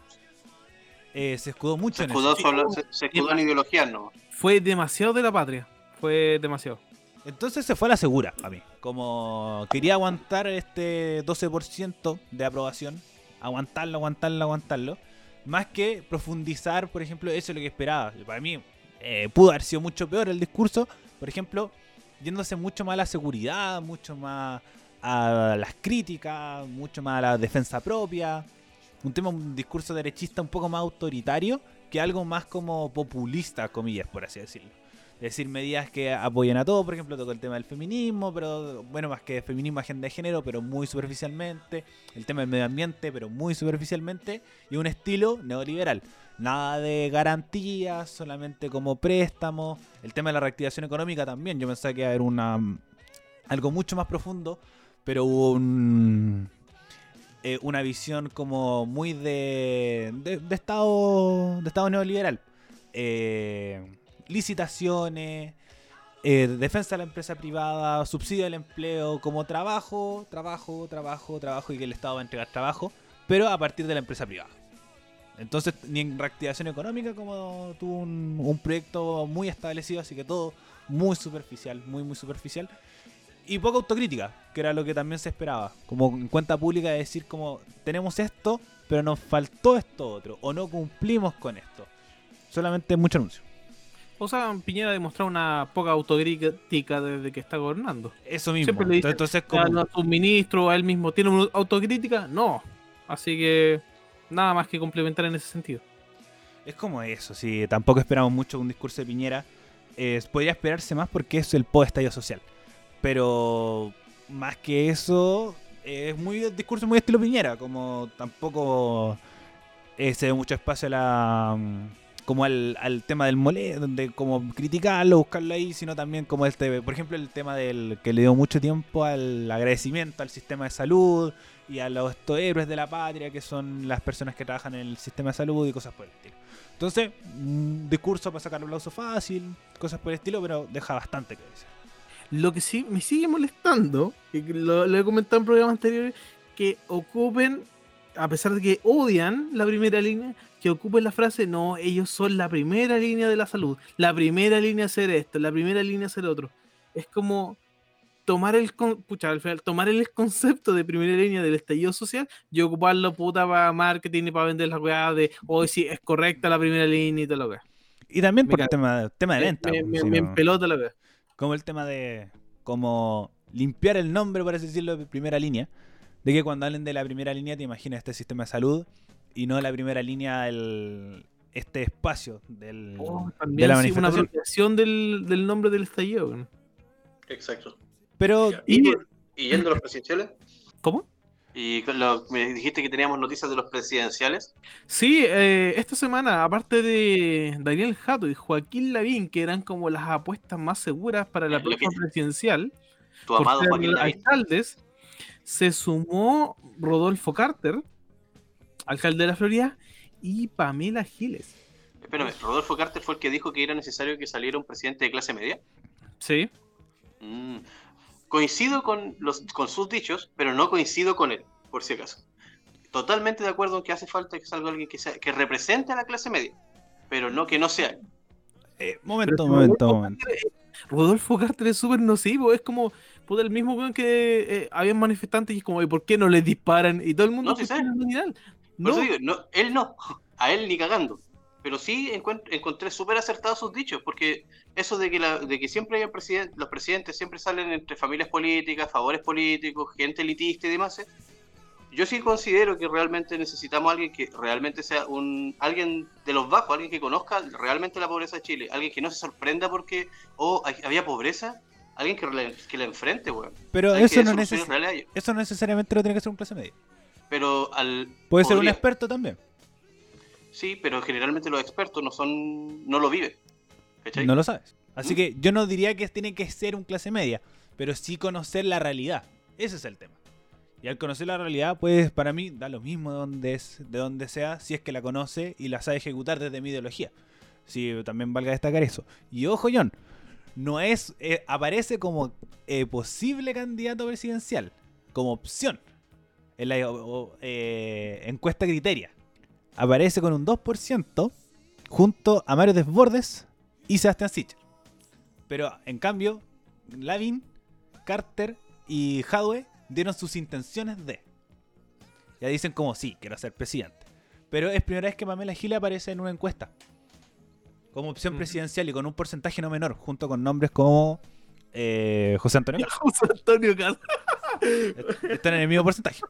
eh, se escudó mucho se en escudó, eso. solo- se- se escudó en ideologías, ¿no? Fue demasiado de la patria. Fue demasiado. Entonces se fue a la segura, a mí. Como quería aguantar este doce por ciento de aprobación, aguantarlo, aguantarlo, aguantarlo, más que profundizar, por ejemplo, eso es lo que esperaba. Para mí eh, pudo haber sido mucho peor el discurso, por ejemplo, yéndose mucho más a la seguridad, mucho más a las críticas, mucho más a la defensa propia. Un tema, un discurso derechista un poco más autoritario que algo más como populista, comillas, por así decirlo. Es decir, medidas que apoyan a todo, por ejemplo, tocó el tema del feminismo, pero bueno, más que feminismo, agenda de género, pero muy superficialmente. El tema del medio ambiente, pero muy superficialmente. Y un estilo neoliberal. Nada de garantías, solamente como préstamos. El tema de la reactivación económica también. Yo pensaba que iba a haber una, algo mucho más profundo, pero hubo un, eh, una visión como muy de, de, de, estado, de estado neoliberal. Eh... licitaciones, eh, defensa de la empresa privada, subsidio del empleo, como trabajo, trabajo, trabajo, trabajo, y que el Estado va a entregar trabajo, pero a partir de la empresa privada. Entonces, ni en reactivación económica como tuvo un, un proyecto muy establecido, así que todo muy superficial, muy, muy superficial. Y poca autocrítica, que era lo que también se esperaba. Como en cuenta pública de decir como, tenemos esto, pero nos faltó esto otro, o no cumplimos con esto. Solamente mucho anuncio. O sea, Piñera ha demostrado una poca autocrítica desde que está gobernando. Eso mismo. Siempre le dice Entonces, a como... los ministros, a él mismo, ¿tiene una autocrítica? No. Así que nada más que complementar en ese sentido. Es como eso, sí. Tampoco esperamos mucho de un discurso de Piñera. Eh, podría esperarse más porque es el post-estallido social. Pero más que eso, es muy el discurso muy estilo Piñera. Como tampoco eh, se ve mucho espacio a la... como al, al tema del mole, donde como criticarlo, buscarlo ahí, sino también como este, por ejemplo, el tema del que le dio mucho tiempo al agradecimiento al sistema de salud y a los estos héroes de la patria, que son las personas que trabajan en el sistema de salud y cosas por el estilo. Entonces, un discurso para sacar un aplauso fácil, cosas por el estilo, pero deja bastante que decir. Lo que sí me sigue molestando, y que lo, lo he comentado en programas anteriores, que ocupen, a pesar de que odian la primera línea, que ocupen la frase, no, ellos son la primera línea de la salud, la primera línea hacer esto, la primera línea hacer otro. Es como tomar el, con- pucha, al final, tomar el concepto de primera línea del estallido social y ocuparlo puta para marketing y para vender la weá de hoy sí es correcta la primera línea y todo lo que. Y también Me, por cago, tema, tema de me, venta, me, po, me, si me no- empelota la weá. como el tema de como limpiar el nombre, por así decirlo, de primera línea. De que cuando hablen de la primera línea te imaginas este sistema de salud y no la primera línea, el, este espacio del, Oh, de también la sí, una manifestación. apropiación del, del nombre del estallido. weón. Exacto. Pero Ya, Y- Y, por- y yendo a los presidenciales, ¿Cómo? y con lo- me dijiste que teníamos noticias de los presidenciales. Sí, eh, esta semana, aparte de Daniel Jato y Joaquín Lavín, que eran como las apuestas más seguras para la Eh, lo que- próxima presidencial, Tu por amado ser Joaquín Lavín. alcaldes, se sumó Rodolfo Carter, alcalde de la Florida, y Pamela Giles. Espérame, Rodolfo Carter fue el que dijo que era necesario que saliera un presidente de clase media. Sí. Mm. Coincido con, los, con sus dichos, pero no coincido con él, por si acaso. Totalmente de acuerdo en que hace falta que salga alguien que, sea, que represente a la clase media, pero no que no sea. eh, Pero momento, si momento, Rodolfo momento. Carter, eh, Rodolfo Carter es súper nocivo, es como puta, el mismo weón que eh, habían manifestantes y es como, ¿y por qué no les disparan? Y todo el mundo No, sí sé. cuestiona el nominal. Por No, eso digo, no, él no, a él ni cagando. Pero sí encuent- encontré súper acertados sus dichos, porque eso de que, la, de que siempre hay un presidente, los presidentes siempre salen entre familias políticas, favores políticos, gente elitista y demás. ¿eh? Yo sí considero que realmente necesitamos a alguien que realmente sea un alguien de los bajos, alguien que conozca realmente la pobreza de Chile, alguien que no se sorprenda porque oh, hay- había pobreza, alguien que, la- que la enfrente, weón. Pero Alguien eso que dé no, soluciones neces reales a ello. eso no necesariamente lo tiene que ser un clase media. Pero al Puede ser un podría- experto también. Sí, pero generalmente los expertos no son, no lo viven. ¿Cachai? No lo sabes. Así ¿Mm? que yo no diría que tiene que ser un clase media, pero sí conocer la realidad. Ese es el tema. Y al conocer la realidad, pues para mí da lo mismo de donde, es, de donde sea, si es que la conoce y la sabe ejecutar desde mi ideología. Sí, también valga destacar eso. Y ojo, John, no es eh, aparece como eh, posible candidato presidencial, como opción en la o- o, eh, encuesta Criteria. Aparece con un dos por ciento junto a Mario Desbordes y Sebastián Sichel. Pero en cambio, Lavín, Carter y Jadwe dieron sus intenciones de. Ya dicen como sí, quiero ser presidente. Pero es primera vez que Pamela Giles aparece en una encuesta como opción Ujú. presidencial y con un porcentaje no menor, junto con nombres como eh, José Antonio Caz. José Antonio Caz. Están en el mismo porcentaje.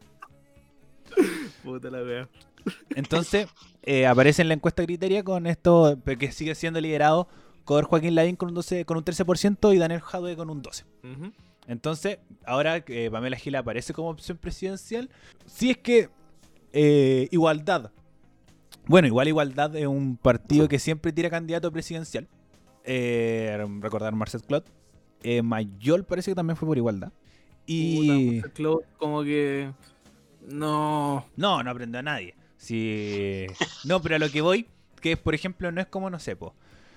Puta la wea. Entonces, eh, aparece en la encuesta Criteria con esto, pero que sigue siendo liderado por Joaquín Lavín con un, doce, con un trece por ciento y Daniel Jadwe con un doce por ciento. Ujú. Entonces, ahora que eh, Pamela Giles aparece como opción presidencial, si es que eh, Igualdad, bueno, igual Igualdad es un partido que siempre tira candidato presidencial. Eh, recordar Marcel Clot. Eh, Mayol parece que también fue por Igualdad. Y... Puta, Claude, como que. No. No, no aprendió a nadie. Sí. No, pero a lo que voy, que por ejemplo no es como, no sé, po.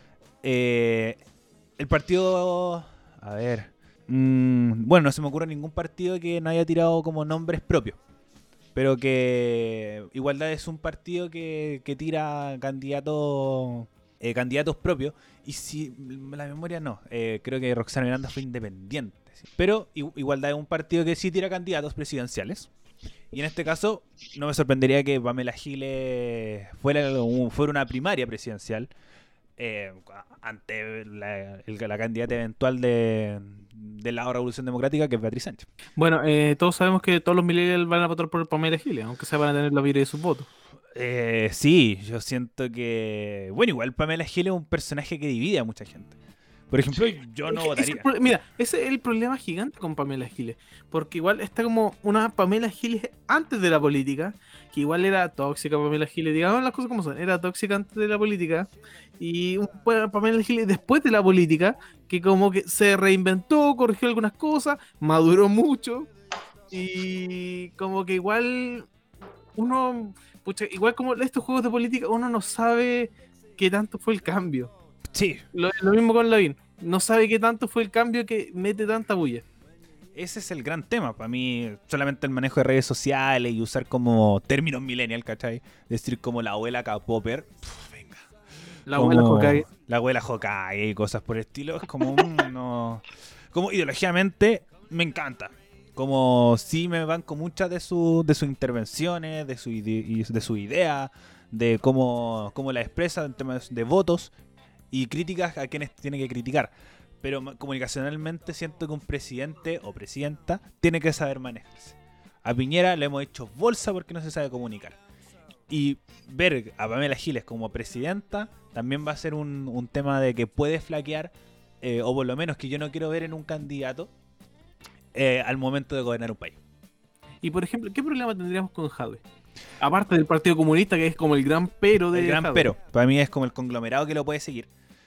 Eh, el partido... A ver... mm, bueno, no se me ocurre ningún partido que no haya tirado como nombres propios. Pero que Igualdad es un partido que, que tira candidatos eh, candidatos propios. Y si la memoria no, eh, creo que Roxana Miranda fue independiente. ¿sí? Pero i- Igualdad es un partido que sí tira candidatos presidenciales. Y en este caso, no me sorprendería que Pamela Giles fuera, un- fuera una primaria presidencial eh, ante la, el- la candidata eventual de, de la Revolución Democrática, que es Beatriz Sánchez. Bueno, eh, todos sabemos que todos los millennials van a votar por Pamela Giles, aunque se van a tener la vida de sus votos. Eh, sí, yo siento que... Bueno, igual Pamela Giles es un personaje que divide a mucha gente. Por ejemplo, Sí. yo no Es que ese votaría. es el pro- mira, ese es el problema gigante con Pamela Giles. Porque igual está como una Pamela Giles antes de la política, que igual era tóxica Pamela Giles, digamos las cosas como son, era tóxica antes de la política. Y un pa- Pamela Giles después de la política, que como que se reinventó, corrigió algunas cosas, maduró mucho. Y como que igual uno, pucha, igual como estos juegos de política, uno no sabe qué tanto fue el cambio. Sí, Lo, lo mismo con Lavín. no sabe qué tanto fue el cambio que mete tanta bulla. Ese es el gran tema. Para mí, solamente el manejo de redes sociales y usar como términos millennial, ¿cachai? Decir como la abuela K-Popper. Pff, venga. La Como abuela Hokage. La abuela Hokage y cosas por el estilo. Es como un... no... Como ideológicamente me encanta. Como sí me banco muchas de, su, de sus intervenciones, de su, ide- de su idea, de cómo, cómo la expresa en temas de votos y críticas a quienes tiene que criticar. Pero ma- comunicacionalmente siento que un presidente o presidenta tiene que saber manejarse. A Piñera le hemos hecho bolsa porque no se sabe comunicar. Y ver a Pamela Giles como presidenta también va a ser un, un tema de que puede flaquear, eh, o por lo menos que yo no quiero ver en un candidato eh, al momento de gobernar un país. Y por ejemplo, ¿qué problema tendríamos con Jadwe? Aparte del Partido Comunista, que es como el gran pero de El gran Jadwe. pero. Para mí es como el conglomerado que lo puede seguir.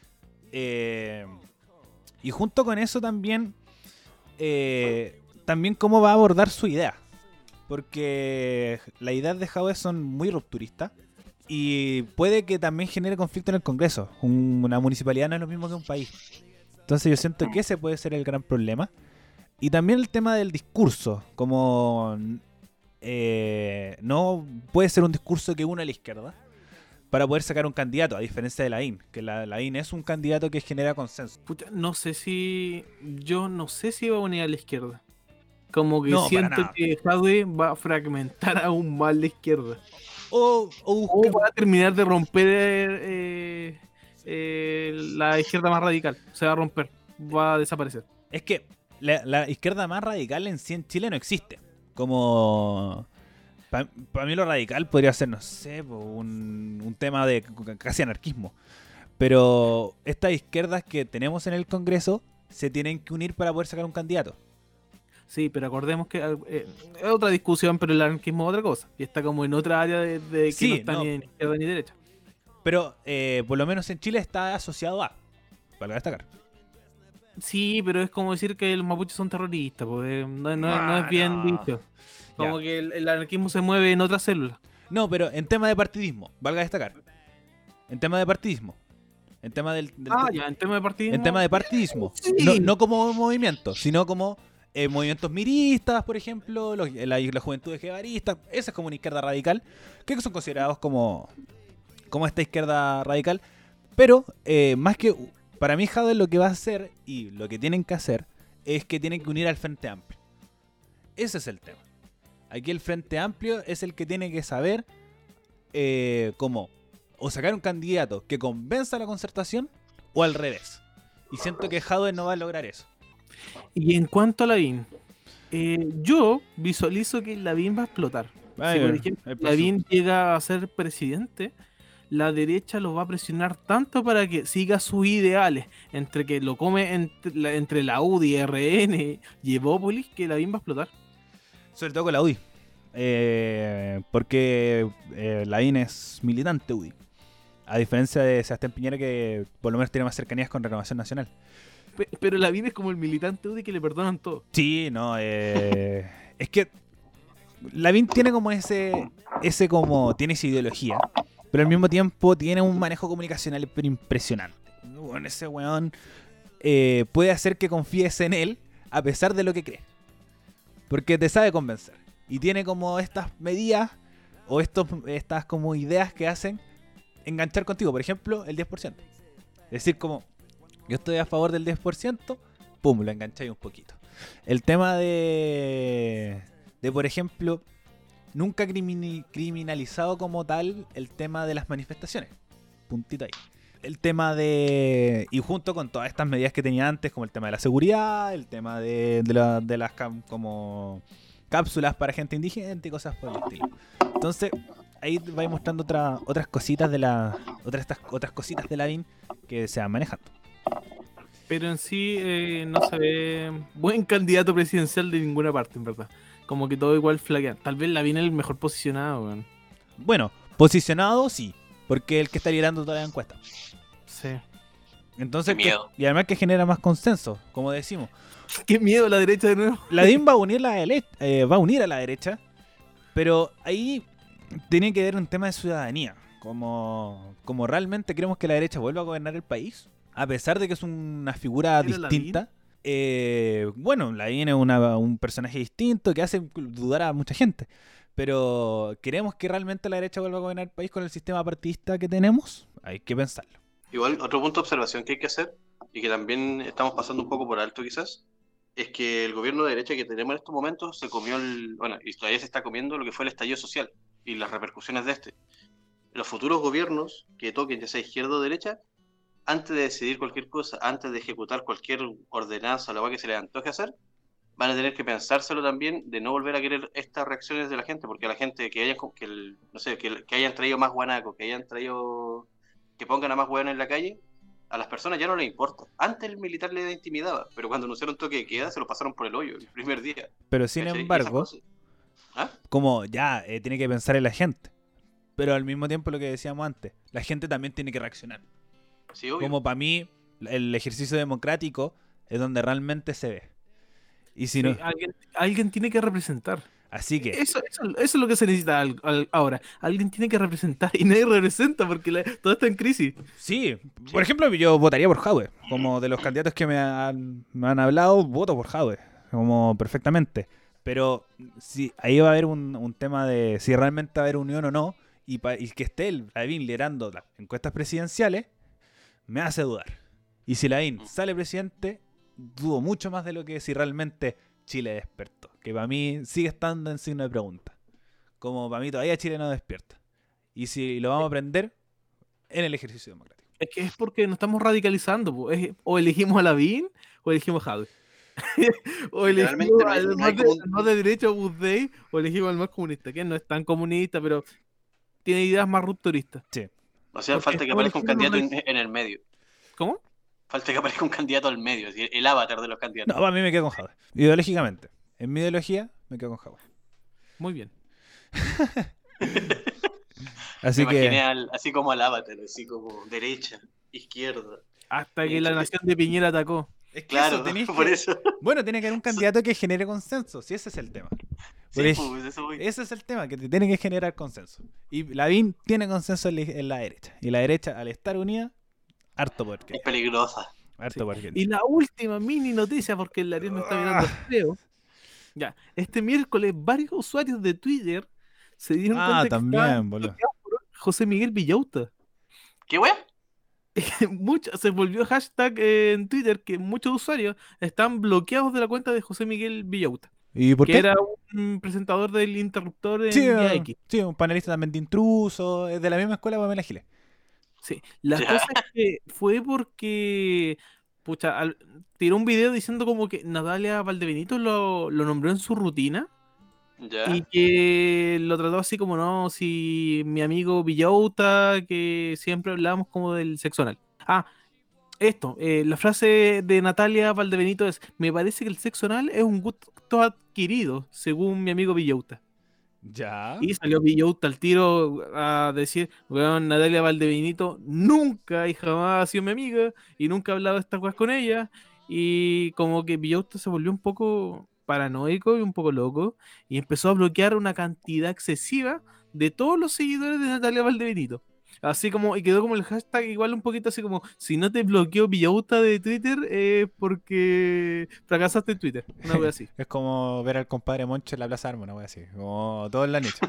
Eh, y junto con eso también, eh, también cómo va a abordar su idea. Porque las ideas de Jadwe son muy rupturistas. Y puede que también genere conflicto en el Congreso. Un- una municipalidad no es lo mismo que un país. Entonces yo siento que ese puede ser el gran problema. Y también el tema del discurso. Como eh, no puede ser un discurso que una a la izquierda para poder sacar un candidato, a diferencia de Lavín. Que la, Lavín es un candidato que genera consenso. Pucha, no sé si. Yo no sé si va a unir a la izquierda. Como que No, para siento nada. que Jadwe va a fragmentar aún más la izquierda. O, o O buscar- va a terminar de romper eh, eh, la izquierda más radical. Se va a romper. Va a desaparecer. Es que la, la izquierda más radical en sí en Chile no existe. Como... Para mí lo radical podría ser, no sé, po, un, un tema de c- casi anarquismo. Pero estas izquierdas que tenemos en el Congreso se tienen que unir para poder sacar un candidato. Sí, pero acordemos que eh, es otra discusión, pero el anarquismo es otra cosa. Y está como en otra área de, de que Sí, no está no. ni en izquierda ni derecha. Pero eh, por lo menos en Chile está asociado a, para destacar. Sí, pero es como decir que los mapuches son terroristas, pues, no, no- no es bien Ah, no. dicho. Como Ya. que el, el anarquismo se mueve en otras células. No, pero en tema de partidismo, valga destacar. En tema de partidismo. En tema del, del- Ah, ya, en tema de partidismo. en tema de partidismo. Sí. No, no como movimiento, sino como eh, movimientos miristas, por ejemplo, los- la, la juventud jevarista. Esa es como una izquierda radical, que son considerados como, como esta izquierda radical. Pero eh, más que... Para mí Jadwe lo que va a hacer y lo que tienen que hacer es que tienen que unir al Frente Amplio. Ese es el tema. Aquí el Frente Amplio es el que tiene que saber eh, cómo o sacar un candidato que convenza a la concertación o al revés. Y siento que Jadwe no va a lograr eso. Y en cuanto a Lavín, eh, yo visualizo que Lavín va a explotar. Ay, si por el ejemplo próximo. Lavín llega a ser presidente, la derecha lo va a presionar tanto para que siga sus ideales, entre que lo come entre la, entre la U D I, R N y Evópolis, que Lavín va a explotar. Sobre todo con la U D I. Eh, porque eh, Lavín es militante U D I. A diferencia de Sebastián Piñera, que por lo menos tiene más cercanías con Renovación Nacional. Pe- Pero Lavín es como el militante U D I que le perdonan todo. Sí, no, eh, es que Lavín tiene como ese, ese como, tiene esa ideología, pero al mismo tiempo tiene un manejo comunicacional pero impresionante. Bueno, ese weón eh, puede hacer que confíes en él a pesar de lo que cree, porque te sabe convencer y tiene como estas medidas o estos, estas como ideas que hacen enganchar contigo. Por ejemplo, el diez por ciento. Es decir, como yo estoy a favor del diez por ciento, pum, lo engancháis un poquito. El tema de, de por ejemplo, nunca crimini- criminalizado como tal el tema de las manifestaciones. Puntito ahí. El tema de... Y junto con todas estas medidas que tenía antes, como el tema de la seguridad, el tema de, de, la- de las cam- como cápsulas para gente indigente y cosas por el estilo. Entonces, ahí vais mostrando otra, otras cositas de la... Otras, estas, otras cositas de Lavín que se van manejando. Pero en sí eh, no se ve buen candidato presidencial de ninguna parte, en verdad. Como que todo igual flaquea. Tal vez Lavín es el mejor posicionado, weón. Bueno, posicionado sí, porque es el que está liderando toda la encuesta. Sí. Entonces, Qué miedo. que- y además que genera más consenso, como decimos. Qué miedo la derecha de nuevo. Lavín va a unir la dele- eh, va a unir a la derecha, pero ahí tiene que ver un tema de ciudadanía. Como, como realmente queremos que la derecha vuelva a gobernar el país, A pesar de que es una figura ¿Era Lavín? distinta, eh, bueno, Lavín es una, un personaje distinto que hace dudar a mucha gente. Pero ¿queremos que realmente la derecha vuelva a gobernar el país con el sistema partidista que tenemos? Hay que pensarlo. Igual, otro punto de observación que hay que hacer, y que también estamos pasando un poco por alto quizás, es que el gobierno de derecha que tenemos en estos momentos se comió el, bueno, y todavía se está comiendo lo que fue el estallido social y las repercusiones de este. Los futuros gobiernos que toquen, ya sea izquierda o derecha, antes de decidir cualquier cosa, antes de ejecutar cualquier ordenanza o lo que se les antoje hacer, van a tener que pensárselo también de no volver a querer estas reacciones de la gente, porque la gente que hayan, que el, no sé, que, que hayan traído más guanaco, que hayan traído, que pongan a más hueones en la calle, a las personas ya no les importa. Antes el militar les intimidaba, pero cuando anunciaron toque de queda se lo pasaron por el hoyo el primer día. Pero sin ¿Cachai? Y embargo, esas cosas- ¿Ah? como ya eh, tiene que pensar en la gente. Pero al mismo tiempo lo que decíamos antes, la gente también tiene que reaccionar. Sí, obvio. Como para mí, el ejercicio democrático es donde realmente se ve. Y si Sí, no, alguien, alguien tiene que representar. así que, Eso, eso, eso es lo que se necesita al- al- ahora. Alguien tiene que representar y nadie representa porque la- todo está en crisis. sí, por ejemplo, yo votaría por Jadwe. Como de los candidatos que me han, me han hablado, voto por Jadwe. Como perfectamente. Pero si ahí va a haber un, un tema de si realmente va a haber unión o no. Y, pa- y que esté el Lavín liderando las encuestas presidenciales, me hace dudar. Y si Lavín sale presidente, dudo mucho más de lo que si realmente Chile despertó. Que para mí sigue estando en signo de pregunta. Como para mí todavía Chile no despierta. Y si lo vamos a aprender en el ejercicio democrático. Es que es porque nos estamos radicalizando. Po. Es- o elegimos a Lavín o elegimos a Jadwe. o elegimos Literalmente no hay- al no más hay de, como un- al más de derecha, Bus Day, o elegimos al más comunista, que no es tan comunista, pero tiene ideas más rupturistas. O sea, porque falta que estamos aparezca un eligiendo candidato los- en, en el medio. ¿Cómo? Falta que aparezca un candidato al medio, así, el avatar de los No, candidatos. para mí me quedo con Jadwe. Ideológicamente. En mi ideología, me quedo con Jadwe. Muy bien. Así Me imaginé que, al- así como al avatar, así como derecha, izquierda. Hasta que Sí, la sí. nación de Piñera atacó. es que Claro, eso, tenéis por que- eso. Bueno, tiene que haber un candidato que genere consenso. Si ese es el tema. Sí, Por ej- pues, eso voy. Ese es el tema, que te tiene que generar consenso. Y Lavín tiene consenso en la, en la derecha. Y la derecha, al estar unida, harto porque. Es peligrosa. Harto Sí. porque. Y la última mini noticia, porque el Ariel me está mirando feo. Ya, este miércoles varios usuarios de Twitter se dieron Ah, cuenta que también, estaban boludo. bloqueados por José Miguel Villauta. ¿Qué wea? Mucho, se volvió hashtag eh, en Twitter que muchos usuarios están bloqueados de la cuenta de José Miguel Villauta, ¿Y por que qué? era un presentador del Interruptor en Sí, Día eh, X. sí, un panelista también de intruso. Es de la misma escuela Pamela Giles. Sí, la Ya. cosa es que fue porque pucha, al- tiró un video diciendo como que Natalia Valdebenito lo, lo nombró en su rutina Ya. y que lo trató así como no, si mi amigo Villauta, que siempre hablábamos como del sexo anal. Ah, esto, eh, la frase de Natalia Valdebenito es: me parece que el sexo anal es un gusto adquirido, según mi amigo Villauta. Ya. Y salió Villauta al tiro a decir, weón, Natalia Valdebenito nunca y jamás ha sido mi amiga y nunca he hablado de estas cosas con ella. Y como que Villauta se volvió un poco paranoico y un poco loco y empezó a bloquear una cantidad excesiva de todos los seguidores de Natalia Valdebenito. Así como, y quedó como el hashtag igual un poquito así como, si no te bloqueó Villauta de Twitter es porque fracasaste en Twitter. Una wea así. Es como ver al compadre Moncho en la Plaza Arma, una wea así. Como todos lo han hecho.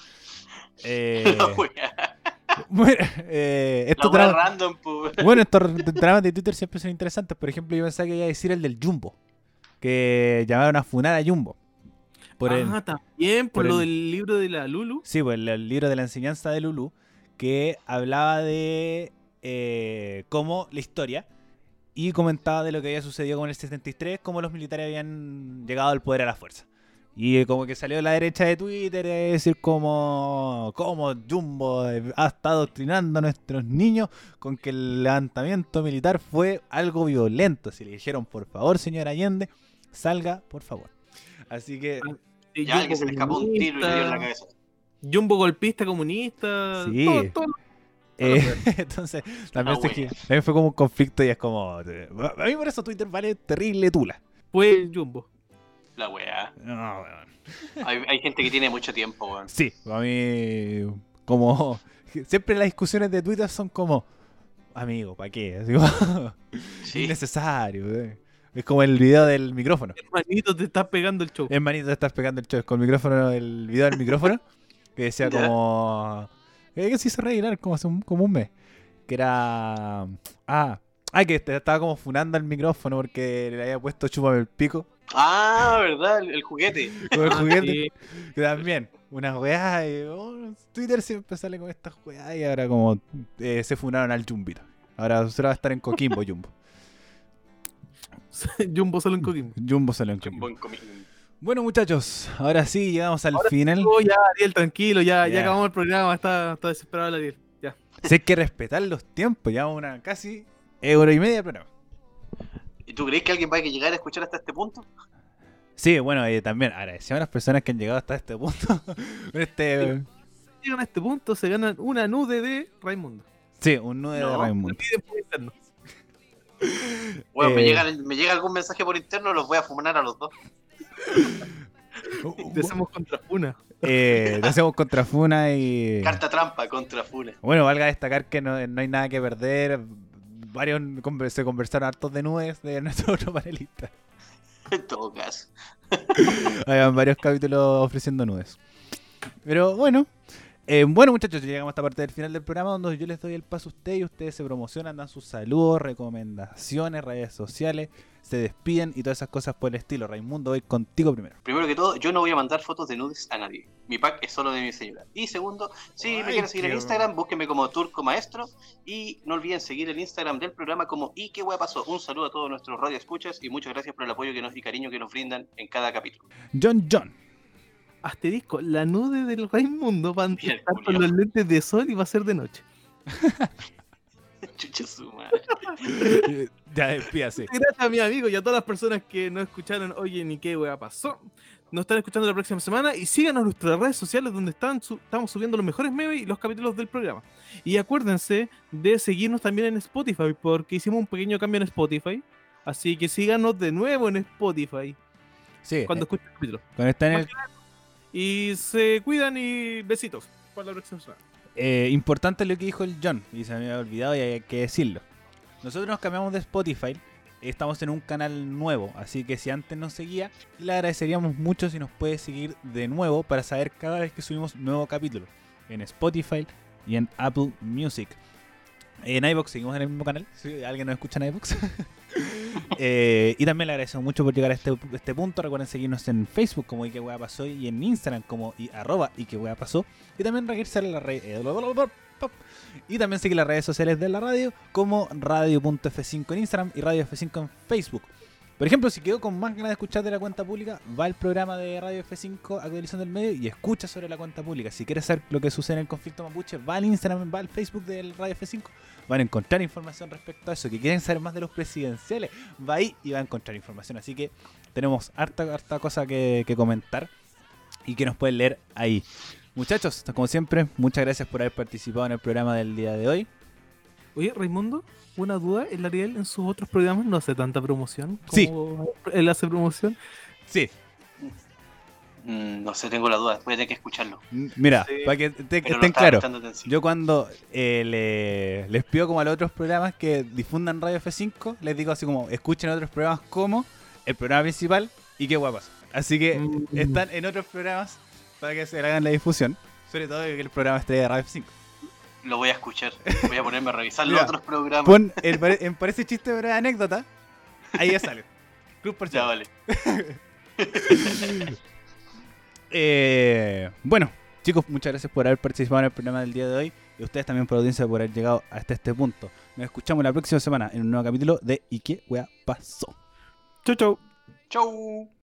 eh, La wea. bueno, eh, estos La wea dramas- random, pues. bueno, estos r- dramas de Twitter siempre son interesantes. Por ejemplo, yo pensaba que iba a decir el del Jumbo. Que llamaron a funar a Jumbo. Por el, Ah, también, por, por lo el- del libro de la Lulu. sí, pues el, el libro de la enseñanza de Lulú. Que hablaba de eh, cómo la historia. Y comentaba de lo que había sucedido con el setenta y tres. Cómo los militares habían llegado al poder a la fuerza. Y eh, como que salió de la derecha de Twitter, es decir, como, como Jumbo eh, ha estado adoctrinando a nuestros niños con que el levantamiento militar fue algo violento. Si le dijeron, por favor, señor Allende, salga, por favor. Así que, Sí, Ya, Jumbo que se le escapó un tiro y le dio en la comunista, cabeza. Jumbo golpista comunista. Sí. todo- todo- eh, entonces, también, Ah, se- bueno. también fue como un conflicto y es como... eh, A mí por eso Twitter vale terrible tula. fue Jumbo. La wea. No, weón. Hay, hay gente que tiene mucho tiempo, weón. Sí, a mí como siempre las discusiones de Twitter son como amigo, ¿para qué? Así como, Sí. innecesario. eh. Es como el video del micrófono. Hermanito, te estás pegando el show. Hermanito, te estás pegando el show con el micrófono, el video del micrófono, que decía Ya. como... eh, que se hizo reír como hace un, como un mes. Que era... Ah, ah, que te estaba como funando al micrófono porque le había puesto chúpame el pico. Ah, ¿verdad? El, el juguete. Con el Ah, juguete. sí. Que también, unas weas y oh, Twitter siempre sale con estas weas y ahora como eh, se funaron al Jumbito. Ahora solo va a estar en Coquimbo, Jumbo. Jumbo solo en Coquimbo. Jumbo salió en Un Coquimbo. buen comi- Bueno, muchachos, ahora sí llegamos al Ahora final. Oh, ya, Ariel, tranquilo, ya, ya Ya. acabamos el programa, está, está desesperado el Ariel. Ya. Si hay que respetar los tiempos, ya una casi hora y media de programa. ¿Y tú crees que alguien va a llegar a escuchar hasta este punto? Sí, bueno, y también agradecemos a las personas que han llegado hasta este punto. este, Llegan a este punto, se ganan una nude de Raimundo. sí, un nudo de No, Raimundo. Piden por interno. Bueno, me, Eh. llega, me llega algún mensaje por interno, los voy a funar a los dos. Te hacemos contra una. Eh, le hacemos contrafuna y... Carta trampa contra Funa. Bueno, valga destacar que no, no hay nada que perder. Varios conver- se conversaron hartos de nubes de nuestro otro panelista. En todo caso. Habían varios capítulos ofreciendo nubes. Pero bueno, eh, bueno muchachos, llegamos a esta parte del final del programa donde yo les doy el paso a ustedes y ustedes se promocionan, dan sus saludos, recomendaciones, redes sociales, se despiden y todas esas cosas por el estilo. Raimundo, voy contigo primero. Primero que todo, yo no voy a mandar fotos de nudes a nadie. Mi pack es solo de mi señora. Y segundo, si Ay, me quieren seguir qué en Instagram, búsquenme como Turco Maestro. Y no olviden seguir el Instagram del programa como ¿Y qué hueá pasó? Un saludo a todos nuestros radioescuchas y muchas gracias por el apoyo que nos, y cariño que nos brindan en cada capítulo. John John. Asterisco, la nude del Raimundo va a Bien, estar con Julio. los lentes de sol y va a ser de noche. Chucha su madre. Eh, ya despídase. Gracias a mi amigo y a todas las personas que nos escucharon. Oye, ni qué wea pasó. Nos están escuchando la próxima semana y síganos en nuestras redes sociales donde están su- estamos subiendo los mejores memes y los capítulos del programa. Y acuérdense de seguirnos también en Spotify porque hicimos un pequeño cambio en Spotify. Así que síganos de nuevo en Spotify Sí, cuando eh, escuchen el capítulo. cuando está en el... Y se cuidan y besitos para la próxima semana. Eh, importante lo que dijo el John, y se me había olvidado y hay que decirlo. Nosotros nos cambiamos de Spotify, estamos en un canal nuevo, así que si antes nos seguía, le agradeceríamos mucho si nos puede seguir de nuevo para saber cada vez que subimos nuevo capítulo en Spotify y en Apple Music. En iVoox seguimos en el mismo canal, si alguien nos escucha en iVoox. eh, y también le agradecemos mucho por llegar a este, este punto. Recuerden seguirnos en Facebook como y que wea pasó y en Instagram como y arroba y que wea pasó. Y también registrarse en la red. Y también seguir las redes sociales de la radio como radio punto efe cinco en Instagram y radio efe cinco en Facebook. Por ejemplo, si quedó con más ganas de escuchar de la cuenta pública, va al programa de Radio efe cinco Actualización del Medio y escucha sobre la cuenta pública. Si quieres saber lo que sucede en el conflicto mapuche, va al Instagram, va al Facebook del Radio efe cinco. Van a encontrar información respecto a eso. Que quieren saber más de los presidenciales, va ahí y va a encontrar información. Así que tenemos harta, harta cosa que, que comentar y que nos pueden leer ahí. Muchachos, como siempre, muchas gracias por haber participado en el programa del día de hoy. Oye, Raimundo, una duda. El Ariel en sus otros programas no hace tanta promoción Sí. como él hace promoción. Sí, Mm, no sé, tengo la duda. Voy a tener que escucharlo. m- mira, Sí, para que te- Pero no estén estaba claros. prestando atención. Yo cuando eh, le- les pido como a los otros programas que difundan Radio efe cinco, les digo así como, escuchen otros programas como el programa principal y qué guapas. Así que Mm. están en otros programas para que se le hagan la difusión. Sobre todo que el programa estrella de Radio efe cinco. Lo voy a escuchar. Voy a ponerme a revisar los Mira, otros programas. Pon el, pare- en Parece Chiste de Anécdota, ahí ya sale. Club por Ya Chavo. vale. Eh, bueno, chicos, muchas gracias por haber participado en el programa del día de hoy. Y ustedes también por la audiencia por haber llegado hasta este punto. Nos escuchamos la próxima semana en un nuevo capítulo de ¿Y qué wea pasó? Chau, chau. Chau.